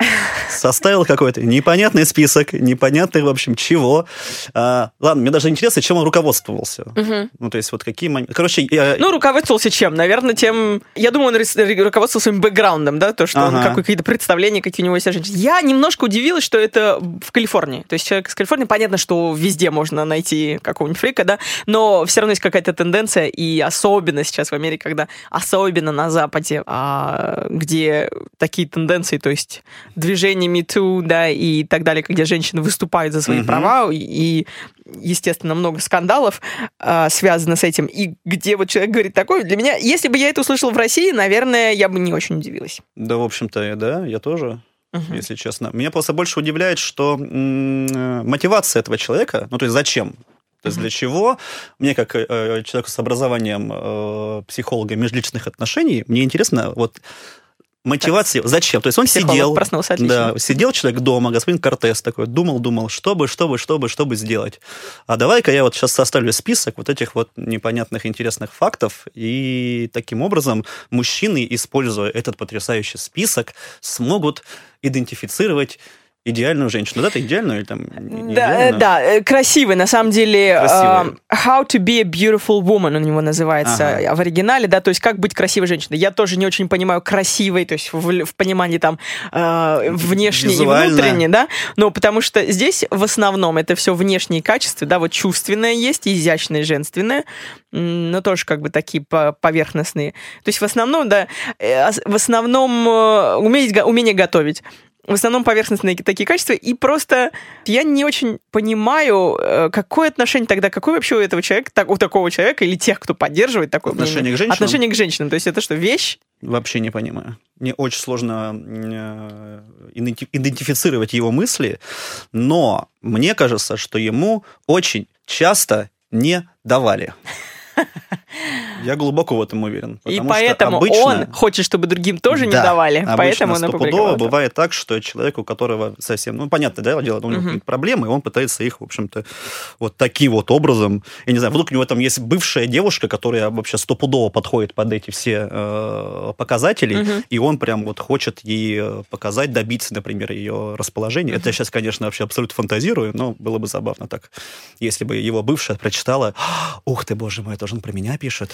Составил какой-то непонятный список, непонятный, в общем, чего. А, ладно, мне даже интересно, чем он руководствовался. Угу. Ну, то есть, вот какие... Короче, я... Ну, руководствовался чем? Наверное, тем... Я думаю, он руководствовался своим бэкграундом, да, то, что ага. он какие-то представления, какие у него есть о женщине. Я немножко удивилась, что это в Калифорнии. То есть, человек из Калифорнии, понятно, что везде можно найти какого-нибудь фрика, да, но все равно есть какая-то тенденция, и особенно сейчас в Америке, когда особенно на Западе, а, где такие тенденции, то есть движение Me Too, да, и так далее, где женщины выступают за свои uh-huh. права, и, естественно, много скандалов а, связано с этим, и где вот человек говорит такое, для меня, если бы я это услышала в России, наверное, я бы не очень удивилась. Да, в общем-то, да, я тоже, uh-huh. если честно. Меня просто больше удивляет, что м- мотивация этого человека, ну, то есть зачем? То есть для чего? Мне, как э, человеку с образованием э, психолога межличных отношений, мне интересно, вот, мотивация, зачем? То есть он Психолог сидел, проснулся, отлично. Да, сидел человек дома, господин Кортес такой, думал, думал, что бы, что бы, что бы, что бы сделать. А давай-ка я вот сейчас составлю список вот этих вот непонятных, интересных фактов, и таким образом мужчины, используя этот потрясающий список, смогут идентифицировать идеальную женщину. Да, ты идеальную или там не да, да, красивый, на самом деле. Красивый. Uh, How to be a beautiful woman у него называется ага. в оригинале, да, то есть как быть красивой женщиной. Я тоже не очень понимаю красивой, то есть в, в понимании там uh, внешней Визуально. И внутренней, да, но потому что здесь в основном это все внешние качества, да, вот чувственное есть, изящное, женственное, но тоже как бы такие поверхностные. То есть в основном, да, в основном умение, умение готовить. В основном поверхностные такие качества, и просто я не очень понимаю, какое отношение тогда, какое вообще у этого человека, так, у такого человека или тех, кто поддерживает такое отношение мнение, к женщинам? Отношение к женщинам. То есть это что, вещь? Вообще не понимаю. Мне очень сложно идентифицировать его мысли, но мне кажется, что ему очень часто не давали. Я глубоко в этом уверен. И поэтому обычно, он хочет, чтобы другим тоже да, не давали, поэтому он опубликовал. Бывает так, что человек, у которого совсем, ну, понятно, да, дело, у него uh-huh. какие-то проблемы, и он пытается их, в общем-то, вот таким вот образом, я не знаю, вдруг у него там есть бывшая девушка, которая вообще стопудово подходит под эти все э, показатели, uh-huh. и он прям вот хочет ей показать, добиться, например, ее расположения. Uh-huh. Это я сейчас, конечно, вообще абсолютно фантазирую, но было бы забавно так, если бы его бывшая прочитала: «Ух ты, боже мой, это же он про меня пишет».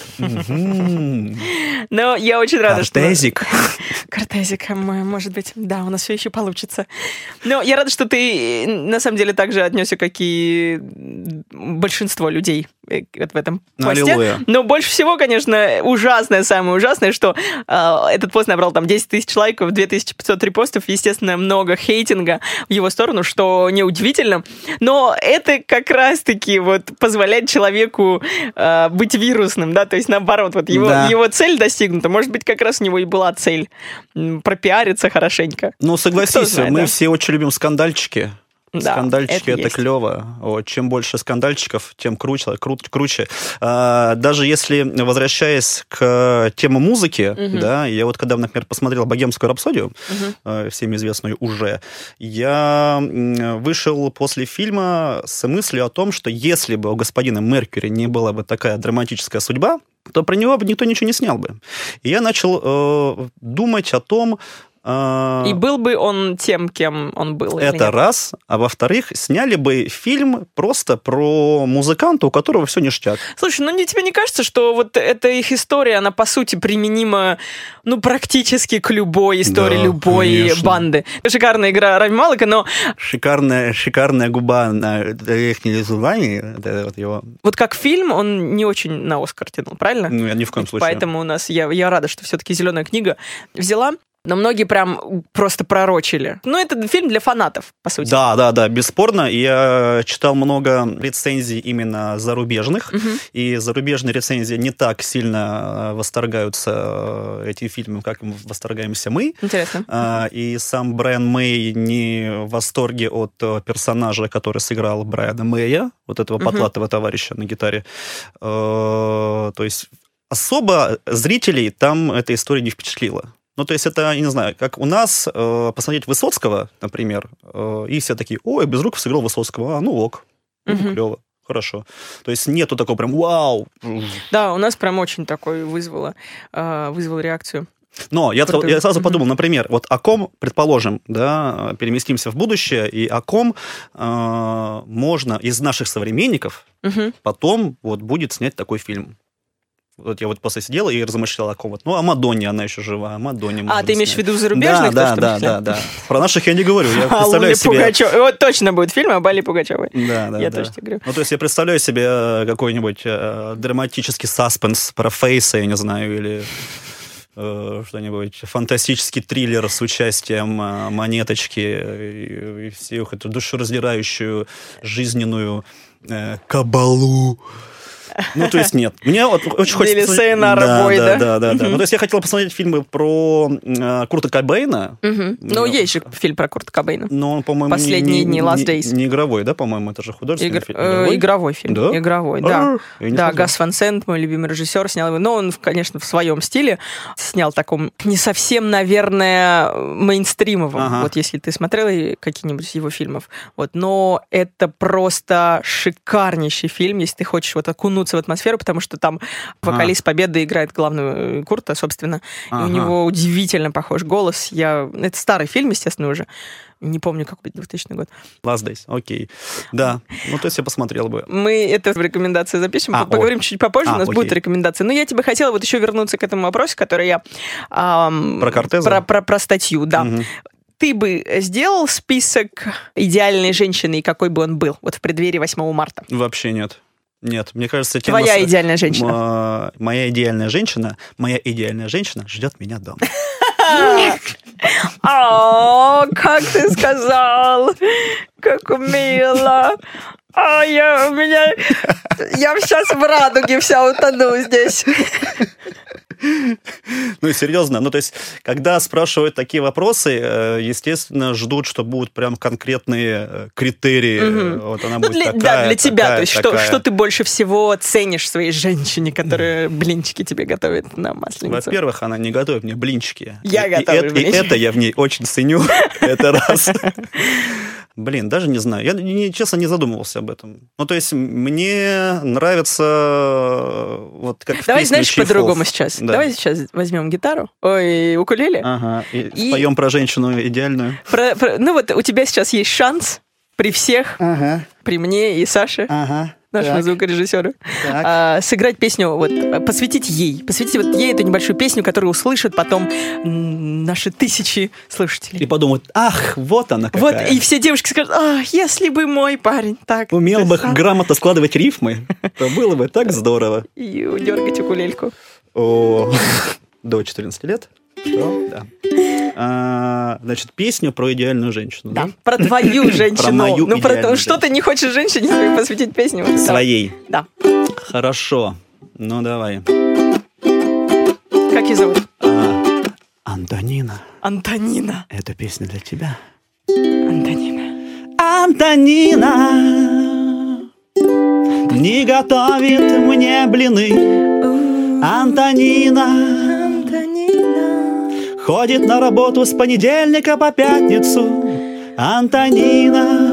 Но я очень рада, что... Кортезик. Кортезик, может быть. Да, у нас все еще получится. Но я рада, что ты, на самом деле, так же отнесся, как и большинство людей вот в этом посте. Аллилуйя. Но больше всего, конечно, ужасное, самое ужасное, что э, этот пост набрал там десять тысяч лайков, две тысячи пятьсот репостов, естественно, много хейтинга в его сторону, что неудивительно. Но это как раз-таки вот позволяет человеку э, быть вирусным, да, то есть наоборот, вот его, да. его цель достигнута. Может быть, как раз у него и была цель пропиариться хорошенько. Ну, согласись, знает, мы да? все очень любим скандальчики. Да, скандальчики — это, это клево. Вот, чем больше скандальчиков, тем круче. Кру- круче. А, даже если, возвращаясь к теме музыки, uh-huh. да, я вот когда, например, посмотрел «Богемскую рапсодию», uh-huh. всем известную уже, я вышел после фильма с мыслью о том, что если бы у господина Меркьюри не была бы такая драматическая судьба, то про него бы никто ничего не снял бы. И я начал э, думать о том, И был бы он тем, кем он был. Это раз. А во-вторых, сняли бы фильм просто про музыканта, у которого все ништяк. Слушай, ну тебе не кажется, что вот эта их история, она по сути применима, ну, практически к любой истории, да, любой конечно. банды? Шикарная игра Рами Малека, но... Шикарная, шикарная губа на верхней зубами. Это вот его... Вот как фильм он не очень на Оскар тянул, правильно? Ну, ни в коем случае. Поэтому у нас... Я, я рада, что все-таки «Зеленая книга» взяла. Но многие прям просто пророчили. Ну, это фильм для фанатов, по сути. Да, да, да, бесспорно. Я читал много рецензий именно зарубежных, угу. и зарубежные рецензии не так сильно восторгаются этим фильмом, как восторгаемся мы. Интересно. И сам Брайан Мэй не в восторге от персонажа, который сыграл Брайана Мэя, вот этого угу. потлатого товарища на гитаре. То есть особо зрителей там эта история не впечатлила. Ну, то есть это, я не знаю, как у нас э, посмотреть Высоцкого, например, э, и все такие: ой, Безруков сыграл Высоцкого, а, ну ок, ну, угу. клево, хорошо. То есть нету такого прям вау. Да, у нас прям очень такой вызвало, э, вызвало реакцию. Но я, я сразу подумал, например, вот о ком, предположим, да, переместимся в будущее, и о ком э, можно из наших современников угу. потом вот будет снять такой фильм. Вот я вот после сидел и размышлял о ком вот. Ну, о Мадонне она еще жива, о Мадонне. А, ты имеешь в виду зарубежных? Да, да, да, да, да. Про наших я не говорю. Я представляю себе... Пугачев. Вот точно будет фильм о Алле Пугачевой. Да, да, я да. точно говорю. Ну, то есть я представляю себе какой-нибудь э, драматический саспенс про Фейса, я не знаю, или э, что-нибудь, фантастический триллер с участием э, Монеточки и, и всех эту душераздирающую жизненную э, кабалу. Ну, то есть нет. Мне вот очень хочется... Или Сейнара да, Бой, да? Да, да, да, да. Ну, то есть я хотел посмотреть фильмы про э, Курта Кобейна. Угу. Ну, есть же фильм про Курта Кобейна. Но он, по-моему, «Последние не, дни», «Last не, Days». Не игровой, да, по-моему, это же художественный Игр... фильм. Игровой? Э, игровой фильм. Да? Игровой, да. А, да, Гас Ван Сент, мой любимый режиссер, снял его. Но он, конечно, в своем стиле снял таком не совсем, наверное, мейнстримовом. Ага. Вот если ты смотрел какие-нибудь из его фильмов. Вот. Но это просто шикарнейший фильм, если ты хочешь вот окунуться в атмосферу, потому что там вокалист ага. Победы играет главного Курта, собственно. Ага. И у него удивительно похож голос. Я... Это старый фильм, естественно, уже. Не помню, какой двухтысячный год. Last Days, окей. Да, ну то есть я посмотрел бы. Мы это в рекомендации запишем, а, поговорим о. чуть попозже, а, у нас окей. будут рекомендации. Но я тебе хотела вот еще вернуться к этому вопросу, который я... Эм, про Кортеза? Про, про, про статью, да. Угу. Ты бы сделал список идеальной женщины, и какой бы он был, вот в преддверии восьмого марта? Вообще нет. Нет, мне кажется... Тема Твоя с... идеальная женщина. М- моя идеальная женщина, моя идеальная женщина ждет меня дома. О, как ты сказал! Как мило! А я у меня... Я сейчас в радуге вся утону здесь. Ну, серьезно. Ну, то есть, когда спрашивают такие вопросы, естественно, ждут, что будут прям конкретные критерии. Мгм. Вот она Ну, будет для, такая, да, для тебя. такая, То есть, что, такая. что ты больше всего ценишь в своей женщине, которая блинчики тебе готовит на масленицу? Во-первых, она не готовит мне блинчики. Я И- готовлю и, это- блинчики. И это я в ней очень ценю. Это раз. Блин, даже не знаю. Я, не- честно, не задумывался об этом. Ну, то есть, мне нравится э, вот как в Давай, песне знаешь, Чайфов. по-другому сейчас. Да. Давай сейчас возьмем гитару, ой, укулеле. Ага. И, И- споем про женщину идеальную. Про- про- ну вот у тебя сейчас есть шанс при всех, Ага. при мне и Саше, Ага. нашему звукорежиссеру, Так. а, сыграть песню, вот, а, посвятить ей. Посвятить вот ей эту небольшую песню, которую услышат потом м, наши тысячи И слушателей. подумают, ах, вот она Вот, какая. и все девушки скажут, ах, если бы мой парень так Умел бы писал». грамотно складывать рифмы, то было бы так здорово. И дергать укулельку. О, до четырнадцати лет. Что? Да. А, значит, песню про идеальную женщину. Да, про твою женщину. мою ну, про то, идеальную что ты не хочешь женщине своей посвятить песню. Вот, Своей. Да. Хорошо. Ну, давай. Как ее зовут? А, Антонина, Антонина. эта песня для тебя. Антонина. Антонина не готовит мне блины. Антонина Антонина. ходит на работу с понедельника по пятницу. Антонина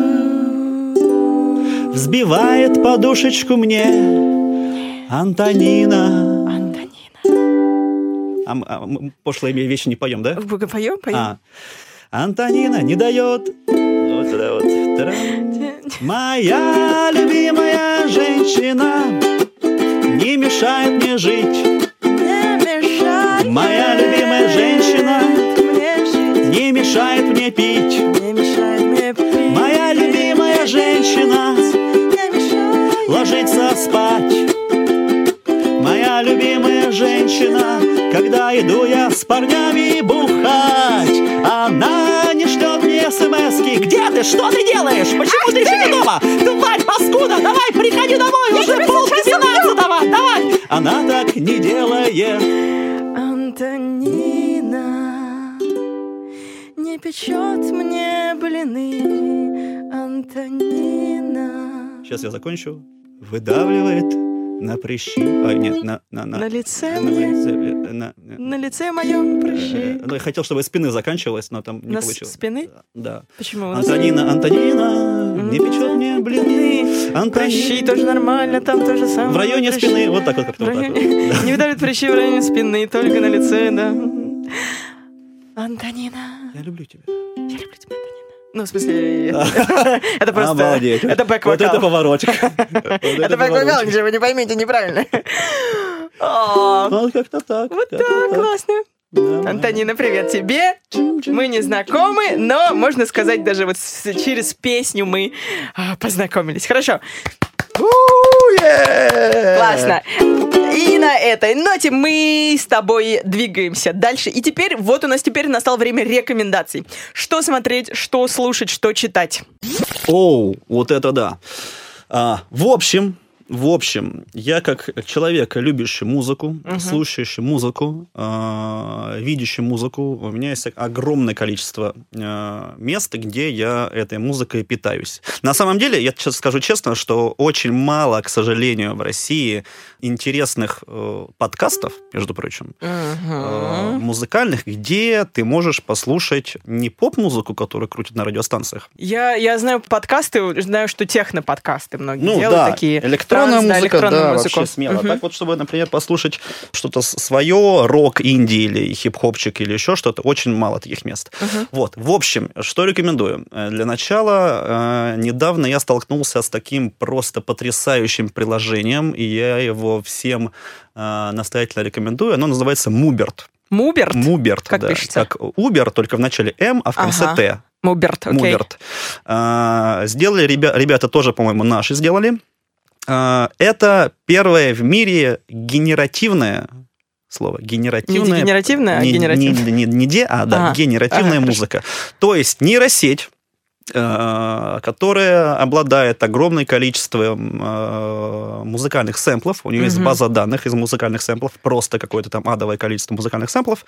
взбивает подушечку мне. Антонина. Антонина. А, м- а мы пошлые вещи не поем, да? Поем, поем. А. Антонина не дает. Вот сюда вот. Та-дам. Моя любимая женщина не мешает мне жить. Не мешай. Моя любимая женщина мне жить. не мешает мне пить. Не мешает мне пить. Моя любимая женщина Не мешай. ложится спать. Моя любимая женщина, когда иду я с парнями бухать, она не шлет мне смс-ки. Где ты? Что ты делаешь? Почему ты еще не дома? Тварь, паскуда, давай, приходи домой, уже полдвенадцатого, давай. Она так не делает. Антонина не печет мне блины. Антонина. Сейчас я закончу. Выдавливает на прыщи. А, нет, на... На, на, На лице на, мне. лице, э, на, На лице моем прыщи. э, ну, я хотел, чтобы спины заканчивалось, но там не На с- получилось. спины? Да. Почему? У нас Антонина, Антонина, не печет мне блины. прыщи Антонина. тоже нормально, там тоже самое. В районе прыщи. спины, вот так вот как-то В вот так районе- вот. Не выдавит прыщи в районе спины, только на лице, да. Антонина. Я люблю тебя. Я люблю тебя, Антонина. Ну, в смысле, это просто... Обалдеть. Это Вот это бэк-вокал. поворотик. Это бэк-вокал, ничего вы не поймите неправильно. О, Вот как-то так. Вот как-то так, классно. Нормально. Антонина, привет тебе. Мы не знакомы, но, можно сказать, даже вот с- через песню мы а, познакомились. Хорошо. Классно. И на этой ноте мы с тобой двигаемся дальше. И теперь, вот у нас теперь настало время рекомендаций. Что смотреть, что слушать, что читать. Оу, вот это да. А, в общем, в общем, я как человек, любящий музыку, Мгм. слушающий музыку, а, видящий музыку, у меня есть огромное количество а, мест, где я этой музыкой питаюсь. На самом деле, я сейчас скажу честно, что очень мало, к сожалению, в России интересных э, подкастов, между прочим, э, музыкальных, где ты можешь послушать не поп-музыку, которую крутят на радиостанциях. Я, я знаю подкасты, знаю, что техно-подкасты многие Ну делают да, такие. электронная Транс, да, музыка, электронную да, музыку. вообще смело. Мгм. Так вот, чтобы, например, послушать что-то с- свое, рок, инди или хип-хопчик или еще что-то, очень мало таких мест. Мгм. Вот, в общем, что рекомендую? Э, Для начала, э, недавно я столкнулся с таким просто потрясающим приложением, и я его всем э, настоятельно рекомендую. Оно называется Муберт. Муберт? Муберт, Как да. пишется? Как Uber, только в начале М, а в конце Ага. Т. Муберт, окей. Муберт. А, сделали ребя- ребята тоже, по-моему, наши сделали. А, это первое в мире генеративное слово. Генеративная. Не дегенеративная, а не, генеративная. Не, не, не де, а да, Ага. генеративная Ага, музыка. То есть нейросеть которая обладает огромным количеством э, музыкальных сэмплов. У нее mm-hmm. есть база данных из музыкальных сэмплов, просто какое-то там адовое количество музыкальных сэмплов.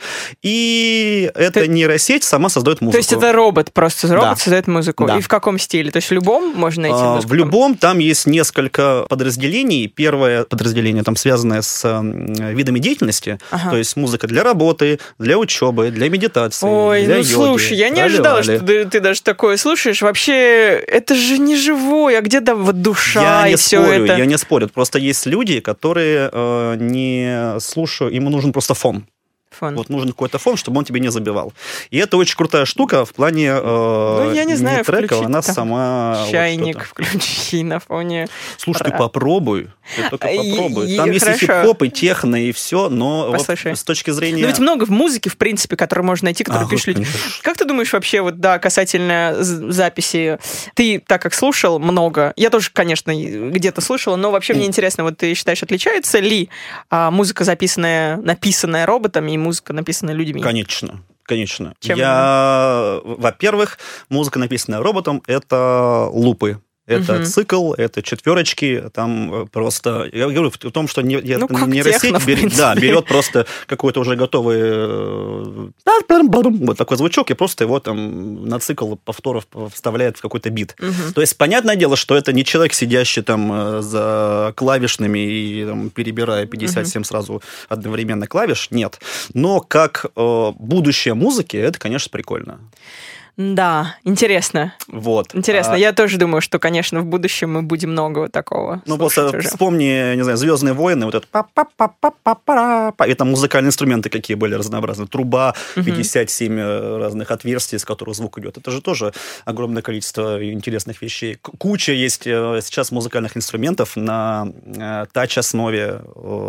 И эта Ты... нейросеть сама создает музыку. То есть это робот, просто робот да. создает музыку. Да. И в каком стиле? То есть в любом можно найти а, музыку? В любом. Там есть несколько подразделений. Первое подразделение там связанное с э, видами деятельности. Ага. То есть музыка для работы, для учебы, для медитации, Ой, для ну йоги. слушай, я не ожидала, что ты, ты даже такое слушаешь. Вообще, это же не живое, а где-то вот душа я и не все спорю, это. Я не спорю. Просто есть люди, которые э, не слушают, им нужен просто фон. Фон. Вот нужен какой-то фон, чтобы он тебе не забивал. И это очень крутая штука в плане э, ну, я не знаю, треков, она сама... Чайник вот включи на фоне. Слушай, ты попробуй. Ты только попробуй. И, Там и есть хорошо. и хип-хоп, и техно, и все, но вот с точки зрения... Но ведь много в музыке, в принципе, которые можно найти, которые а, пишут люди. Конечно. Как ты думаешь вообще, вот, да, касательно записи, ты, так как слушал много, я тоже, конечно, где-то слышала, но вообще мне интересно, вот ты считаешь, отличается ли а, музыка, записанная, написанная роботами, и музыка, написанная людьми? Конечно. Конечно. Чем Я, во-первых, музыка, написанная роботом, это лупы. Это uh-huh. цикл, это четверочки, там просто... Я говорю в том, что не, ну, нейросеть техно, берет, да, берет просто какой-то уже готовый вот такой звучок и просто его там на цикл повторов вставляет в какой-то бит. Uh-huh. То есть, понятное дело, что это не человек, сидящий там за клавишными и там, перебирая пятьдесят семь uh-huh. сразу одновременно клавиш, нет. Но как э, будущее музыки, это, конечно, прикольно. Да, интересно. Вот. Интересно. А... Я тоже думаю, что, конечно, в будущем мы будем много такого. Ну, просто уже. Вспомни, не знаю, «Звездные войны», вот это па-па-па-па-па-па, и там музыкальные инструменты какие были разнообразные. Труба, пятьдесят семь uh-huh. разных отверстий, из которых звук идет. Это же тоже огромное количество интересных вещей. Куча есть сейчас музыкальных инструментов на тач-основе.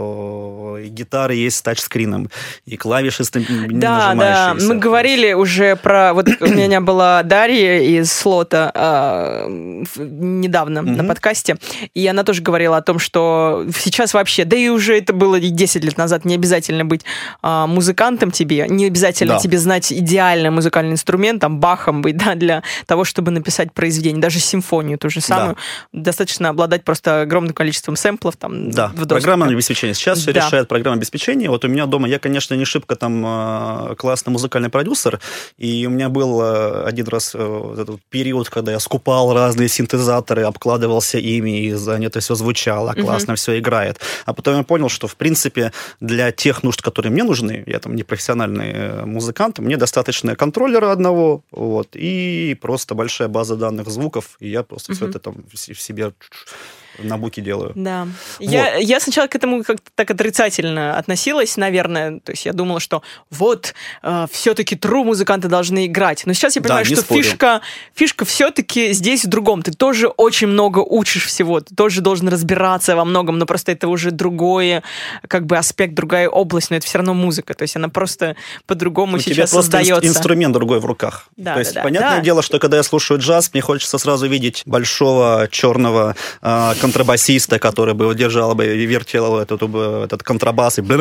И гитары есть с тачскрином, и клавиши да, да, мы говорили уже про... Вот у меня была Дарья из слота э, недавно mm-hmm. на подкасте, и она тоже говорила о том, что сейчас вообще, да и уже это было и десять лет назад, не обязательно быть э, музыкантом тебе, не обязательно да. тебе знать идеальный музыкальный инструмент, там, Бахом быть, да, для того, чтобы написать произведение, даже симфонию ту же самую. Да. Достаточно обладать просто огромным количеством сэмплов. Там, да, в программное обеспечение. Сейчас все да. решает программное обеспечение. Вот у меня дома, я, конечно, не шибко там классный музыкальный продюсер, и у меня был один раз вот этот период, когда я скупал разные синтезаторы, обкладывался ими, и за это все звучало, классно uh-huh. все играет. А потом я понял, что, в принципе, для тех нужд, которые мне нужны, я там не профессиональный музыкант, мне достаточно контроллера одного, вот, и просто большая база данных звуков, и я просто uh-huh. все это там в себе... на буке делаю. Да. Вот. Я, я сначала к этому как-то так отрицательно относилась, наверное. То есть я думала, что вот э, все-таки true музыканты должны играть. Но сейчас я понимаю, да, что фишка, фишка все-таки здесь в другом. Ты тоже очень много учишь всего. Ты тоже должен разбираться во многом, но просто это уже другой как бы аспект, другая область, но это все равно музыка. То есть она просто по-другому у сейчас создается. У тебя просто инструмент другой в руках. Да, То есть да, понятное да. дело, что когда я слушаю джаз, мне хочется сразу видеть большого черного э, контрабасиста, который бы держал бы и вертел этот, этот контрабас. И...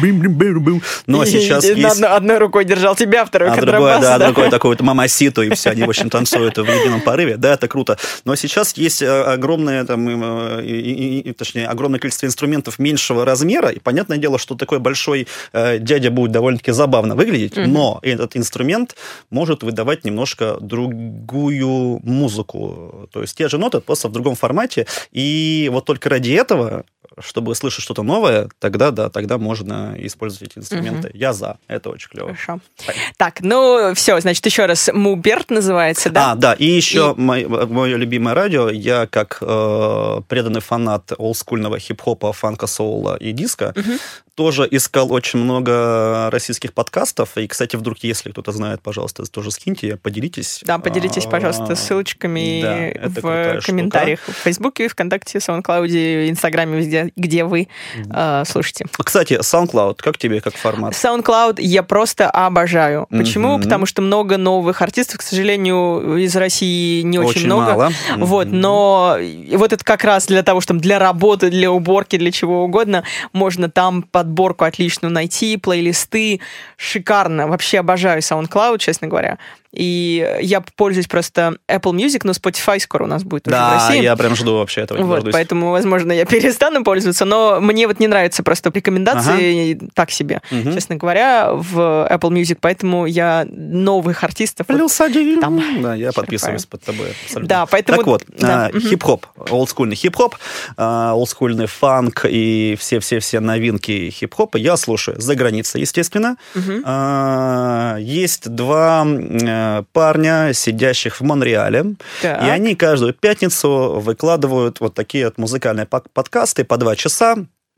Но сейчас и есть... Одной рукой держал тебя, второй а контрабас. Другой, да, да, другой такой вот мамаситу, и все, они, в общем, танцуют в едином порыве. Да, это круто. Но сейчас есть огромное, там, и, и, точнее, огромное количество инструментов меньшего размера, и понятное дело, что такой большой э, дядя будет довольно-таки забавно выглядеть, mm-hmm. но этот инструмент может выдавать немножко другую музыку. То есть те же ноты, просто в другом формате, и вот только ради этого, чтобы слышать что-то новое, тогда, да, тогда можно использовать эти инструменты. Mm-hmm. Я за. Это очень клево. Хорошо. Так, ну, все, значит, еще раз. Муберт называется, да? А, да, и еще и... Мое, мое любимое радио. Я, как э, преданный фанат олдскульного хип-хопа, фанка, соула и диска, mm-hmm. тоже искал очень много российских подкастов. И, кстати, вдруг, если кто-то знает, пожалуйста, тоже скиньте, поделитесь. Да, поделитесь, пожалуйста, ссылочками да, в комментариях штука. В Фейсбуке, ВКонтакте, SoundCloud, Инстаграме, везде, где вы э, слушаете. Кстати, SoundCloud, как тебе как формат? SoundCloud я просто обожаю. Почему? Mm-hmm. Потому что много новых артистов, к сожалению, из России не очень, очень много. Мало. Вот, mm-hmm. но вот это как раз для того, чтобы для работы, для уборки, для чего угодно, можно там подборку отличную найти, плейлисты. Шикарно. Вообще обожаю SoundCloud, честно говоря. И я пользуюсь просто Apple Music, но Spotify скоро у нас будет уже в России. Да, я прям жду вообще этого. Вот, поэтому, возможно, я перестану пользоваться, но мне вот не нравятся просто рекомендации ага. так себе, угу. честно говоря, в Apple Music, поэтому я новых артистов Плюс вот один. Там да, я черпаю. Подписываюсь под тобой абсолютно. Да, поэтому... Так вот, да. а, хип-хоп, олдскульный хип-хоп, а, олдскульный фанк и все-все-все новинки хип-хопа я слушаю за границей, естественно. Угу. А, есть два а, парня, сидящих в Монреале, так. и они каждую пятницу выкладывают вот такие вот музыкальные подкасты по два часа.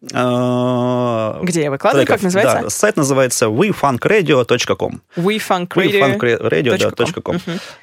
Где я выкладываю? Треков. Как называется? Да, сайт называется ви фанк радио точка ком. ви фанк радио точка ком.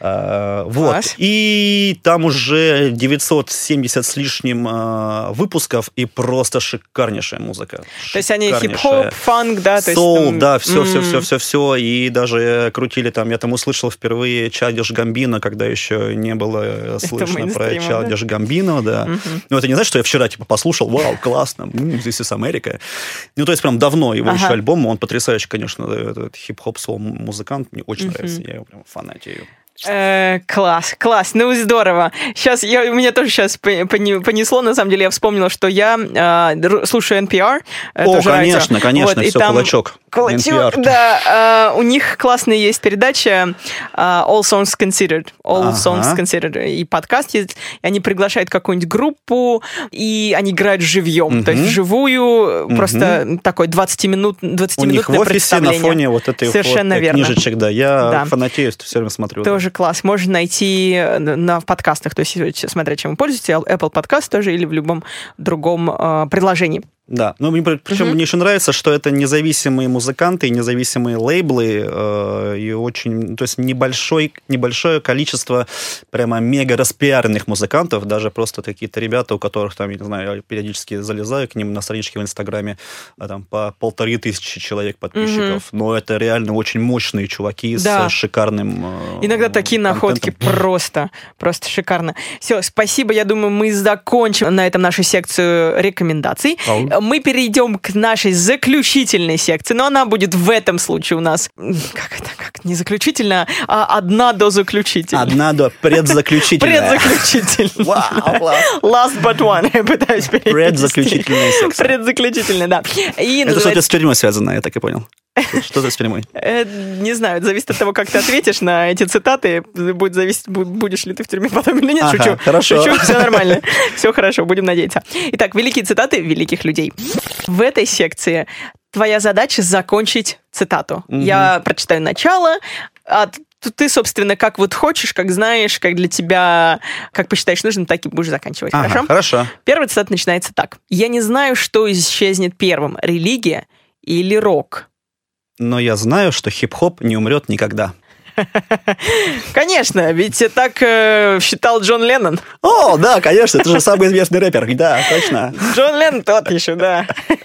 Uh, вот. И там уже девятьсот семьдесят с лишним uh, выпусков и просто шикарнейшая музыка. То есть они хип-хоп, фанк, да? Соул, там... да, все, все, все, все, все. И даже крутили там, я там услышал впервые Childish Gambino, когда еще не было слышно про Childish да? Gambino, да. Uh-huh. Ну, это не значит, что я вчера типа послушал, вау, классно, This is America. Ну, то есть, прям давно его ага. еще альбом, он потрясающий, конечно, этот хип-хоп сол-музыкант, мне очень uh-huh. нравится, я его прям фанатею. Э, класс, класс, ну здорово. Сейчас я, у меня тоже сейчас понесло, на самом деле я вспомнила, что я э, слушаю эн пи ар. О, конечно, радио. конечно, вот, все, там кулачок. Кулачок, да. Э, у них классная есть передача э, All Songs Considered, All ага. Songs Considered, и подкаст есть, и они приглашают какую-нибудь группу, и они играют живьем, угу. то есть вживую, угу. просто такой двадцатиминутное представление. У них в офисе на фоне вот этой Совершенно вот верно. Книжечек, да, я да. фанатею, все время смотрю. Тоже класс. Можно найти на подкастах, то есть, смотря чем вы пользуетесь, Apple Podcast тоже или в любом другом э, приложении. Да, ну, причем uh-huh. мне еще нравится, что это независимые музыканты, независимые лейблы, э, и очень, то есть небольшой, небольшое количество прямо мега распиаренных музыкантов, даже просто какие-то ребята, у которых там, я не знаю, я периодически залезаю к ним на страничке в Инстаграме, а там по полторы тысячи человек подписчиков, uh-huh. но это реально очень мощные чуваки да. с шикарным э, Иногда такие находки просто, просто шикарно. Все, спасибо, я думаю, мы закончим на этом нашу секцию рекомендаций. Oh. Мы перейдем к нашей заключительной секции, но она будет в этом случае у нас, как это, как не заключительная, а одна до заключительной. Одна до предзаключительная. Предзаключительная. Вау, Last but one, я пытаюсь перевести. Предзаключительная секция. Предзаключительная, да. И это называется... что-то с тюрьмой связано, я так и понял. Что-то с тюрьмой. Не знаю, это зависит от того, как ты ответишь на эти цитаты. Будет зависеть, будешь ли ты в тюрьме потом или нет. Ага, шучу. Хорошо. Шучу, все нормально. Все хорошо, будем надеяться. Итак, великие цитаты великих людей. В этой секции твоя задача закончить цитату. Угу. Я прочитаю начало, а ты, собственно, как вот хочешь, как знаешь, как для тебя, как посчитаешь нужным, так и будешь заканчивать. Ага, хорошо? Хорошо. Первая цитата начинается так. «Я не знаю, что исчезнет первым, религия или рок». Но я знаю, что хип-хоп не умрет никогда. Конечно, ведь так э, считал Джон Леннон. О, да, конечно, это же самый известный рэпер, да, точно. Джон Леннон тот еще, да. А,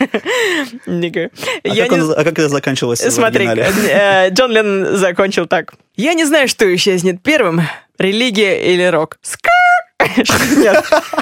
как, он, а как это заканчивалось в оригинале? Смотри, э, Джон Леннон закончил так. «Я не знаю, что исчезнет первым, религия или рок». Нет.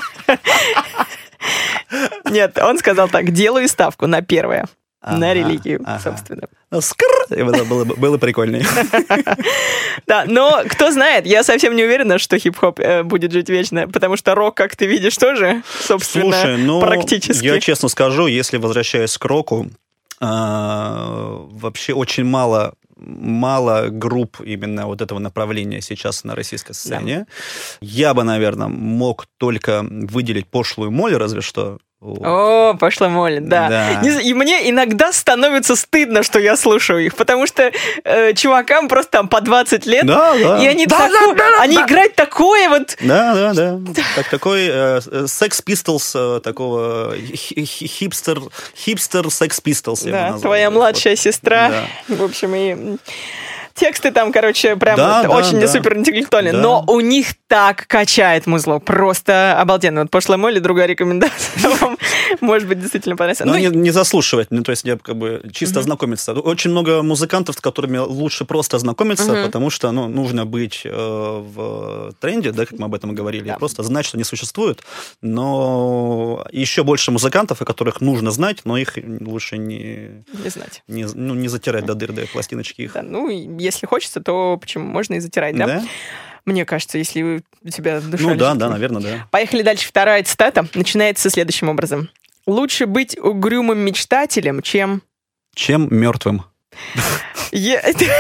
Нет, он сказал так, делаю ставку на первое. Ага, на религию, ага. собственно. Скр! Это было, было прикольнее. Да, но кто знает, я совсем не уверена, что хип-хоп э, будет жить вечно, потому что рок, как ты видишь, тоже, собственно, Слушай, ну, практически. Я честно скажу, если возвращаясь к року, э, вообще очень мало... мало групп именно вот этого направления сейчас на российской сцене. Да. Я бы, наверное, мог только выделить «Пошлую моль», разве что. О, «Пошлая моль», да. да. И мне иногда становится стыдно, что я слушаю их, потому что э, чувакам просто там по двадцать лет, да, да. и они, да, тако... да, да, да, они да. играют такое вот... Да, да, да. Так, такой э, Sex Pistols, э, такого хипстер, хипстер Sex Pistols. Да, твоя младшая вот. сестра. Да. В общем, и... Тексты там, короче, прям да, вот да, очень да. суперинтеллектуальные. Да. Но у них так качает музло. Просто обалденно. Вот «Пошлая моль» и другая рекомендация вам, может быть, действительно понравится. Но ну, не, не заслушивать. Ну, то есть, я как бы чисто uh-huh. ознакомиться. Очень много музыкантов, с которыми лучше просто ознакомиться, uh-huh. потому что ну, нужно быть э, в тренде, да, как мы об этом говорили, да. просто знать, что они существуют. Но еще больше музыкантов, о которых нужно знать, но их лучше не... Не знать. Не, ну, не затирать до дыр, до пластиночки их. Да, ну, если хочется, то почему? Можно и затирать, да? Да? Мне кажется, если у тебя душа Ну да, лежит. да, наверное, да. Поехали дальше. Вторая цитата начинается следующим образом. Лучше быть угрюмым мечтателем, чем... Чем мертвым. Я-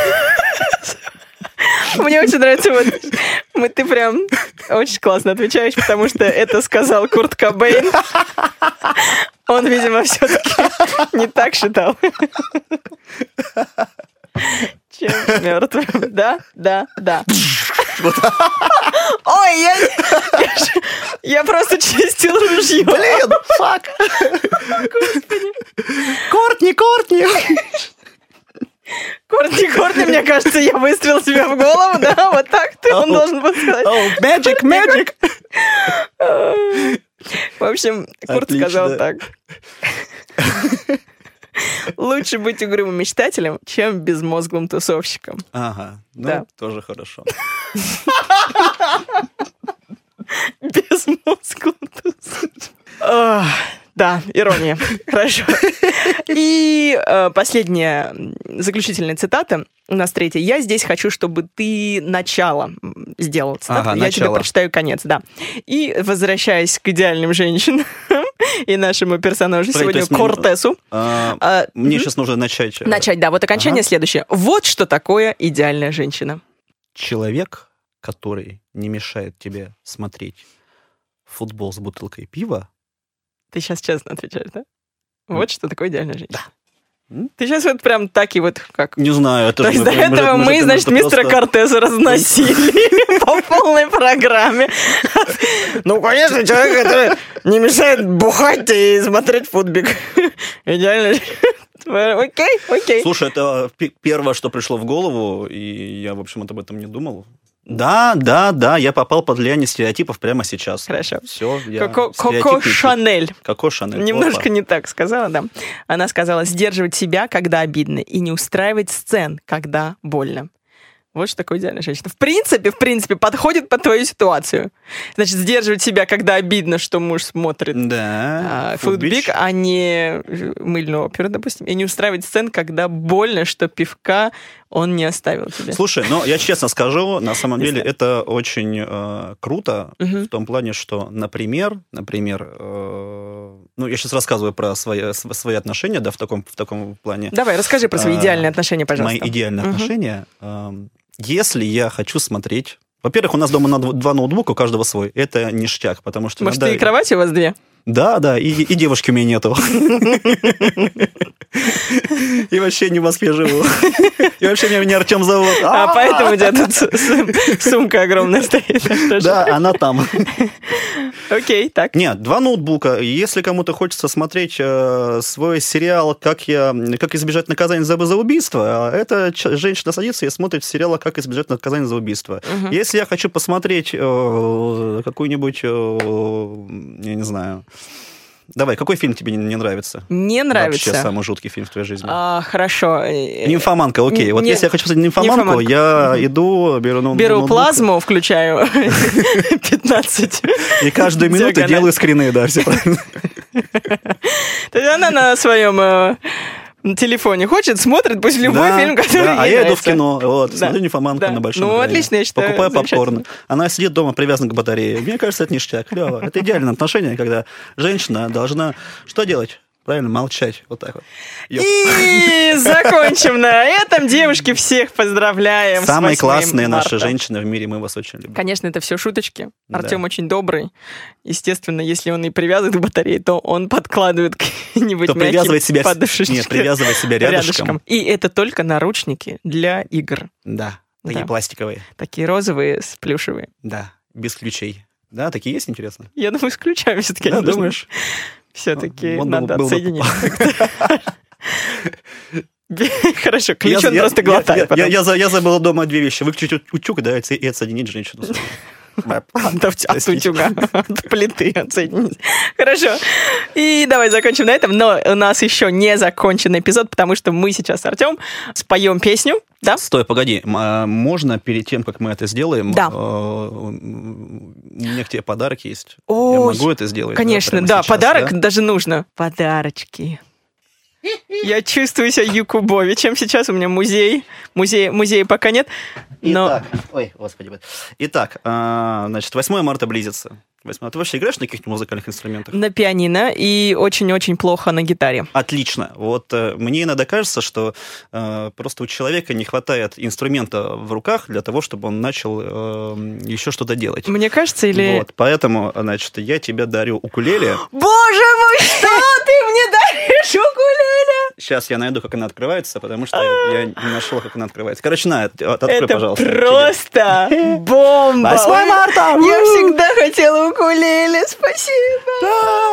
Мне очень нравится, вот мы- ты прям очень классно отвечаешь, потому что это сказал Курт Кобейн. Он, видимо, все-таки не так считал. Чем мертвым. Да, да, да. Ой, я, я, ж- я просто чистил ружье. Блин, фак. Кортни, Кортни. Кортни, Кортни, мне кажется, я выстрелил себе в голову, да, вот так ты, он Oh. должен был сказать. Oh, magic, magic. В общем, Курт Отлично. сказал так. Лучше быть угрюмым мечтателем, чем безмозглым тусовщиком. Ага, ну, Да. тоже хорошо. Безмозглым тусовщиком. Ах, Да, ирония. Хорошо. И э, последняя м, заключительная цитата. У нас третья. Я здесь хочу, чтобы ты начало м, сделал цитату. Ага, Я тебе начало. прочитаю конец, да. И возвращаясь к идеальным женщинам и нашему персонажу Смотри, то сегодня есть мне- Кортесу. А, а, Мне мгм. сейчас нужно начать. э, Начать, да. Вот окончание Ага. следующее. Вот что такое идеальная женщина. Человек, который не мешает тебе смотреть футбол с бутылкой пива. Ты сейчас честно отвечаешь, да? М. Вот что такое идеальная женщина. М? Ты сейчас вот прям так и вот как... Не знаю, это То же есть мы- до мы же- этого мы же мы, это значит, просто- мистера Кортеса разносили по полной программе. Ну, конечно, человек, который не мешает бухать и смотреть футбик. Идеально. Окей, окей. Слушай, это пи- первое, что пришло в голову, и я, в общем, об этом не думал. Да, да, да, я попал под влияние стереотипов прямо сейчас. Хорошо. Все, я Коко Коко стереотипный тип. Шанель. Коко Шанель. Немножко Опа. не так сказала, да. Она сказала, сдерживать себя, когда обидно, и не устраивать сцен, когда больно. Вот что такое идеальная женщина. В принципе, в принципе, подходит под твою ситуацию. Значит, сдерживать себя, когда обидно, что муж смотрит Да. а, футбик, а не мыльную оперу, допустим, и не устраивать сцен, когда больно, что пивка он не оставил тебе. Слушай, ну я честно скажу, на самом Не деле знаю. это очень э, круто Мгм. в том плане, что, например, например, э, ну я сейчас рассказываю про свои, св- свои отношения, да, в таком, в таком плане. Давай, расскажи про свои А, идеальные отношения, пожалуйста. Мои идеальные Мгм. отношения. Эм, Если я хочу смотреть... Во-первых, у нас дома на дв- два ноутбука, у каждого свой. Это ништяк, потому что... Может, иногда- и кровати у вас две? Да, да, и, и девушки у меня нету. И вообще не в Москве живу. И вообще меня, меня Артем зовут. А поэтому у тебя тут с- с- сумка огромная стоит. Хорошо. Да, она там. Окей, так. Нет, два ноутбука. Если кому-то хочется смотреть э, свой сериал, как я, как избежать наказания за, за убийство, это ч- женщина садится и смотрит сериал, как избежать наказания за убийство. Мгм. Если я хочу посмотреть э, какую-нибудь, э, я не знаю, давай, какой фильм тебе не, не нравится? Не Вообще нравится. самый жуткий фильм в твоей жизни. А, хорошо. Э, Нимфоманка, окей. Вот не- если я хочу посмотреть нимфоманку, нимфоманку. я иду, беру, ноут- Беру ноутбук, плазму, включаю пятнадцать. и каждую минуту диагональ. делаю скрины, да, все правильно. То есть она на своем э, телефоне хочет, смотрит, пусть любой Да, фильм, который да, а ей я иду в нравится. кино, вот, Да, смотрю нимфоманку да. на большом Ну, экране. отлично, я считаю, Покупаю попкорн. замечательно. Она сидит дома, привязана к батарее. Мне кажется, это ништяк, клево. Это идеальное отношение, когда женщина должна что делать? Правильно, молчать. Вот так вот. Ёп. И закончим на этом. Девушки, всех поздравляем с Самые восьмым классные наши марта. женщины в мире, мы вас очень любим. Конечно, это все шуточки. Да. Артем очень добрый. Естественно, если он и привязан к батарее, то он подкладывает какие-нибудь То мягкие привязывает себя, подушечки нет, привязывает себя рядышком. И это только наручники для игр. Да, такие Да. пластиковые. Такие розовые с плюшевые. Да, без ключей. Да, такие есть, интересно? Я думаю, с ключами все-таки. Да, думаешь? Все-таки Он был- надо был бы отсоединить. Хорошо, ключ Я- он я- просто я- глотает. я- потом. Я, я за- я забыл дома две вещи. Выключить ут- утюг, да, и отсо- и отсоединить женщину. От, от Простите. утюга, от плиты отсоединить. Хорошо. И давай закончим на этом. Но у нас еще не закончен эпизод, потому что мы сейчас с Артем споем песню. Да? Стой, погоди. М, а Можно перед тем, как мы это сделаем, Да. э, у меня к тебе подарок есть. Ой, Я могу это сделать? Конечно, прямо да. сейчас, Подарок да? даже нужно. Подарочки. Я чувствую себя Якубовичем. Сейчас у меня музей. Музей, музея пока нет. Но... Итак, ой, господи. Итак, а, значит, восьмое марта близится. восьмое Ты вообще играешь на каких-нибудь музыкальных инструментах? На пианино и очень-очень плохо на гитаре. Отлично. Вот э, мне иногда кажется, что э, просто у человека не хватает инструмента в руках для того, чтобы он начал э, еще что-то делать. Мне кажется, или... Вот, поэтому, значит, я тебе дарю укулеле. Боже мой, что ты мне даришь укулеле? Сейчас я найду, как она открывается, потому что я не нашел, как она открывается. Короче, на, от- открой, Это пожалуйста. просто бомба. восьмое марта! Я всегда хотела укулеле, спасибо.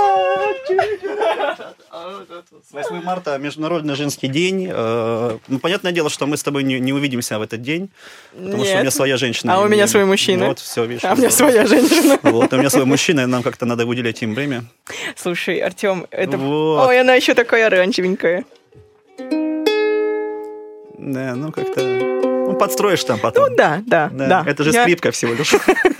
восьмое марта, Международный женский день. Э, Ну, понятное дело, что мы с тобой не, не увидимся в этот день, потому что у меня своя женщина. А у И- меня свой мужчина. Вот, все, видишь. А у меня своя женщина. Вот, у меня свой мужчина, и нам как-то надо выделять им время. Слушай, Артем, это... Вот. Ой, она еще такая оранжевенькая. Да, ну как-то... Ну, подстроишь там потом. Ну да, да, Да, да. Это же Я- скрипка всего лишь.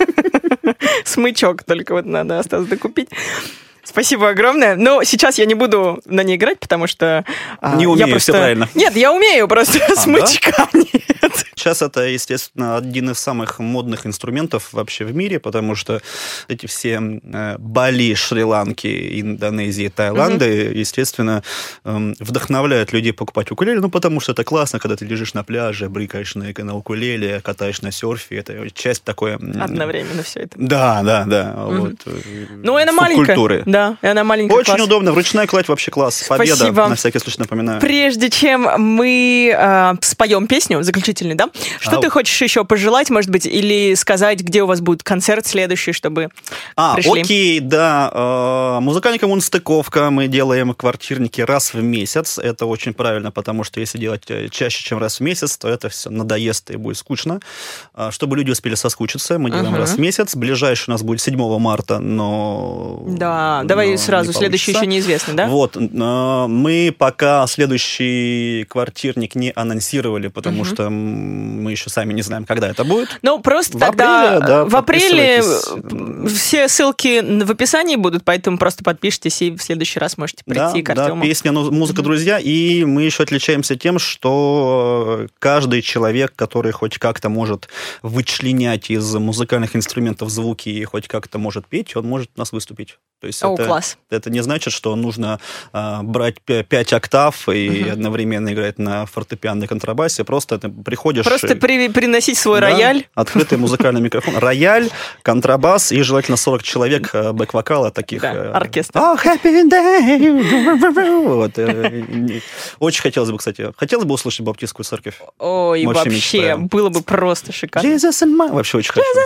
Смычок только вот надо осталось докупить. Спасибо огромное. Но сейчас я не буду на ней играть, потому что... а, Не я умею, просто... всё правильно. Нет, я умею, просто смычка нет. Сейчас это, естественно, один из самых модных инструментов вообще в мире, потому что эти все э, Бали, Шри-Ланки, Индонезии, Таиланды, естественно, эм, вдохновляют людей покупать укулеле, ну, потому что это классно, когда ты лежишь на пляже, брыкаешь на, на укулеле, катаешь на серфе, это часть такой... м, Одновременно все это. Да, да, да. Вот, э, Ну, и она маленькая. субкультуры. Да, и она маленькая. Очень класс. удобно. Вручная кладь вообще класс. Победа, Спасибо. на всякий случай напоминаю. Прежде чем мы э, споем песню, заключительный, да? Что Ау. ты хочешь еще пожелать, может быть, или сказать, где у вас будет концерт следующий, чтобы А, пришли? окей, да. Э, музыкальная коммунстыковка. Мы делаем квартирники раз в месяц. Это очень правильно, потому что если делать э, чаще, чем раз в месяц, то это все надоест и будет скучно. А, чтобы люди успели соскучиться, мы делаем Ага. раз в месяц. Ближайший у нас будет седьмого марта, но... Да, давай но сразу, не следующий получится. еще неизвестно, да? Вот, э, мы пока следующий квартирник не анонсировали, потому Мгм. что м, мы еще сами не знаем, когда это будет. Ну, просто В тогда апреле, да, в апреле подписывайтесь. все ссылки в описании будут, поэтому просто подпишитесь и в следующий раз можете прийти к да, Артему. да, песня, ну, музыка, друзья. И мы еще отличаемся тем, что каждый человек, который хоть как-то может вычленять из музыкальных инструментов звуки и хоть как-то может петь, он может у нас выступить. То есть О, это, класс. это не значит, что нужно а, брать пя- пять октав и Мгм. одновременно играть на фортепиано и контрабасе. Просто ты приходишь... Просто и- при- приносить свой Да, рояль. Открытый музыкальный микрофон. Рояль, контрабас и желательно сорок человек э, бэк-вокала таких. Да, э, оркестр. Oh, happy day. Вот, э, не- Очень хотелось бы, кстати, хотелось бы услышать баптистскую церковь. Ой, Вообще вообще, мечтаю. было бы просто шикарно. Jesus and my... Вообще очень хочу.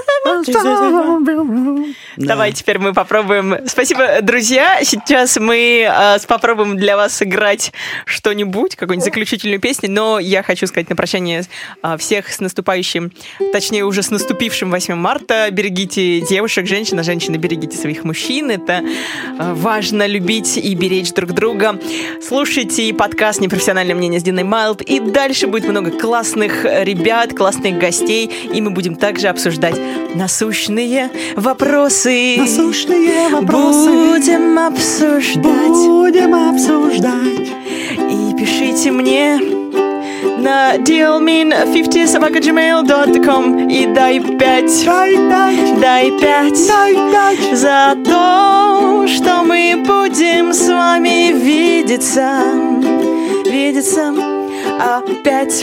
Да. Давай теперь мы попробуем. Спасибо, друзья. Сейчас мы э, попробуем для вас сыграть что-нибудь, какую-нибудь заключительную песню, но я хочу сказать на прощание э, всех с наступающим, точнее уже с наступившим восьмым марта. Берегите девушек, женщин, а женщины берегите своих мужчин. Это э, важно любить и беречь друг друга. Слушайте подкаст «Непрофессиональное мнение» с Диной Майлд. И дальше будет много классных ребят, классных гостей. И мы будем также обсуждать насущные вопросы. Насущные вопросы Будем обсуждать. будем обсуждать. И пишите мне на диалмин пятьдесят собака джимейл точка ком и дай пять. Дай пять, Дай пять. дай пять. За то, что мы будем с вами видеться. Видеться опять.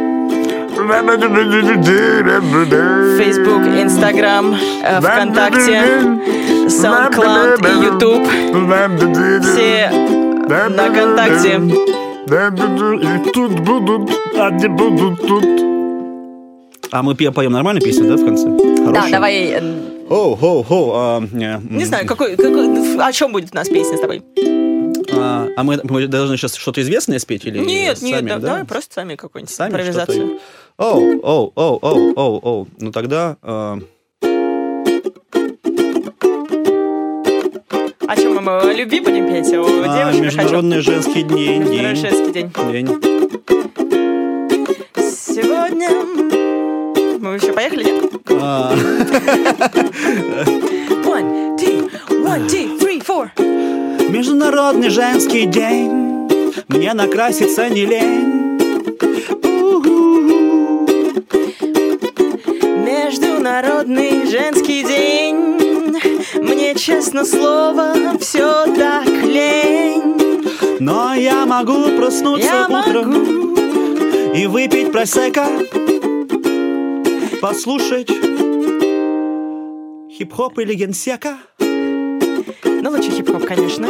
Facebook, Instagram, э, ВКонтакте, SoundCloud и YouTube. Все на контакте. И тут будут, они будут тут. А мы пе- поем нормальную песню, да, в конце? Да, Хорошую? давай. э, Оу, оу, оу. а, э, Не м, знаю, какой, какой, о чем будет у нас песня с тобой? А, а мы, мы должны сейчас что-то известное спеть или Нет, сами, нет, да- да? давай просто сами какую-нибудь Сами импровизацию. что-то. Оу, оу, оу, оу, оу, оу. Ну тогда... э, О чем мы о любви будем петь? О а, девушках? Международный женский день. Международный день, женский день. день. Сегодня... Мы еще поехали, нет? А, One, two, one, two, three, four. Международный женский день. мне накраситься не лень. Международный женский день, мне, честно слово, все так лень. Но я могу проснуться Я утром могу. и выпить просека, послушать хип-хоп или генсека. Ну, лучше хип-хоп, конечно.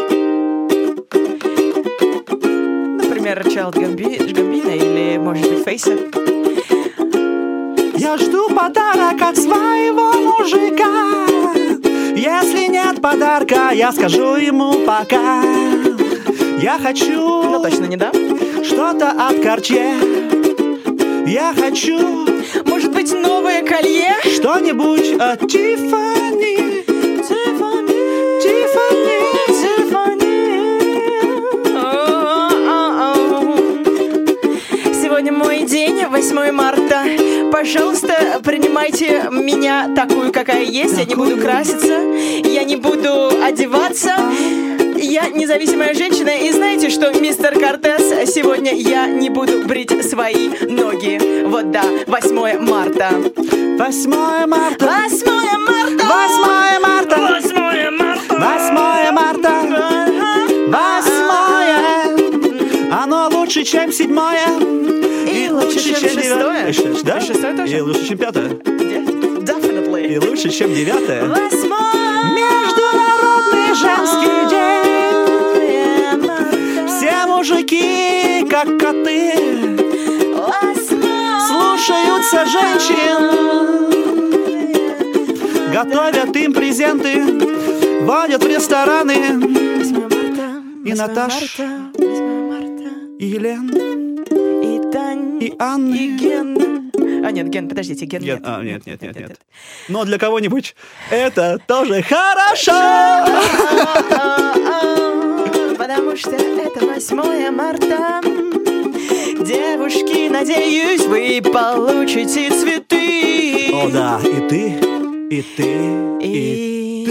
Например, Child Gambino или, может быть, Фейса. Я жду подарок от своего мужика. Если нет подарка, я скажу ему пока. Я хочу Ну, точно не да. что-то от Cartier. Я хочу Может быть, новое колье? что-нибудь от Tiffany. Тиффани, Tiffany. Сегодня мой день, восьмое марта. Пожалуйста, принимайте меня такую, какая есть. Я не буду краситься, я не буду одеваться. Я независимая женщина. И знаете что, мистер Кортес, сегодня я не буду брить свои ноги. Вот да, восьмое марта. восьмое марта. восьмое марта. восьмое марта. восьмое марта. восьмое марта. восьмое. Оно лучше, чем седьмое. И лучше, чем шестое. Ш- Да? И шестое тоже. И лучше, чем пятое. Definitely. И лучше, чем девятое. Восьмое. Международный женский день. марта. Все мужики, как коты, Восьмое. слушаются женщин, готовят им презенты, водят в рестораны. восьмое марта. И восьмое Наташ. марта, восьмое марта. И Елен, И Тань. и Анны. И Ген. А, нет, Ген, подождите, Ген Ген- нет. а, нет, нет, нет, нет. Но для кого-нибудь это тоже хорошо. Потому что это восьмое марта. Девушки, надеюсь, вы получите цветы. О да, и ты, и ты, и И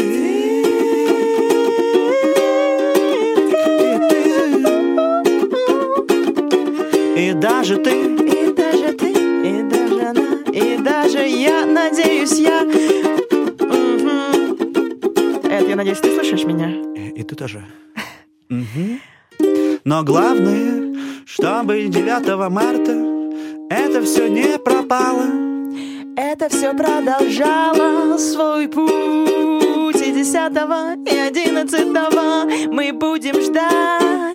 И даже ты. И даже ты, и даже она, и даже я, надеюсь, я. Мгм. Эд, я надеюсь, ты слышишь меня? И ты тоже. Мгм. Но главное, чтобы девятого марта это все не пропало. Это все продолжало свой путь. И десятого, и одиннадцатого мы будем ждать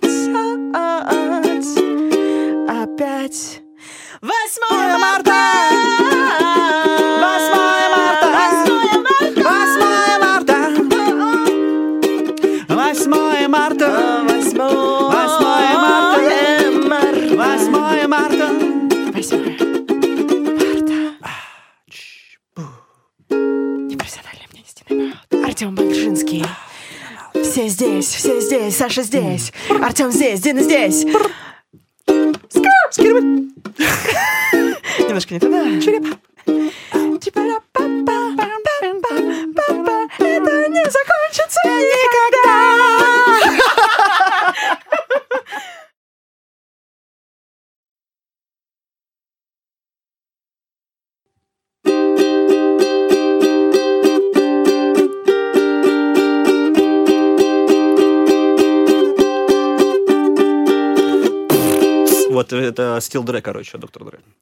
опять. Восьмое марта! Восьмое марта! Восьмое марта! Восьмое марта! Восьмое Восьмое марта! марта! Восьмое марта! Восьмое марта! Непрофессиональный мне не Артем Большинский. Все здесь, все здесь, Саша здесь, Артем здесь, Дина здесь. Немножко не туда. Это не закончится никогда. Вот это Still Dre, короче, доктор Dre.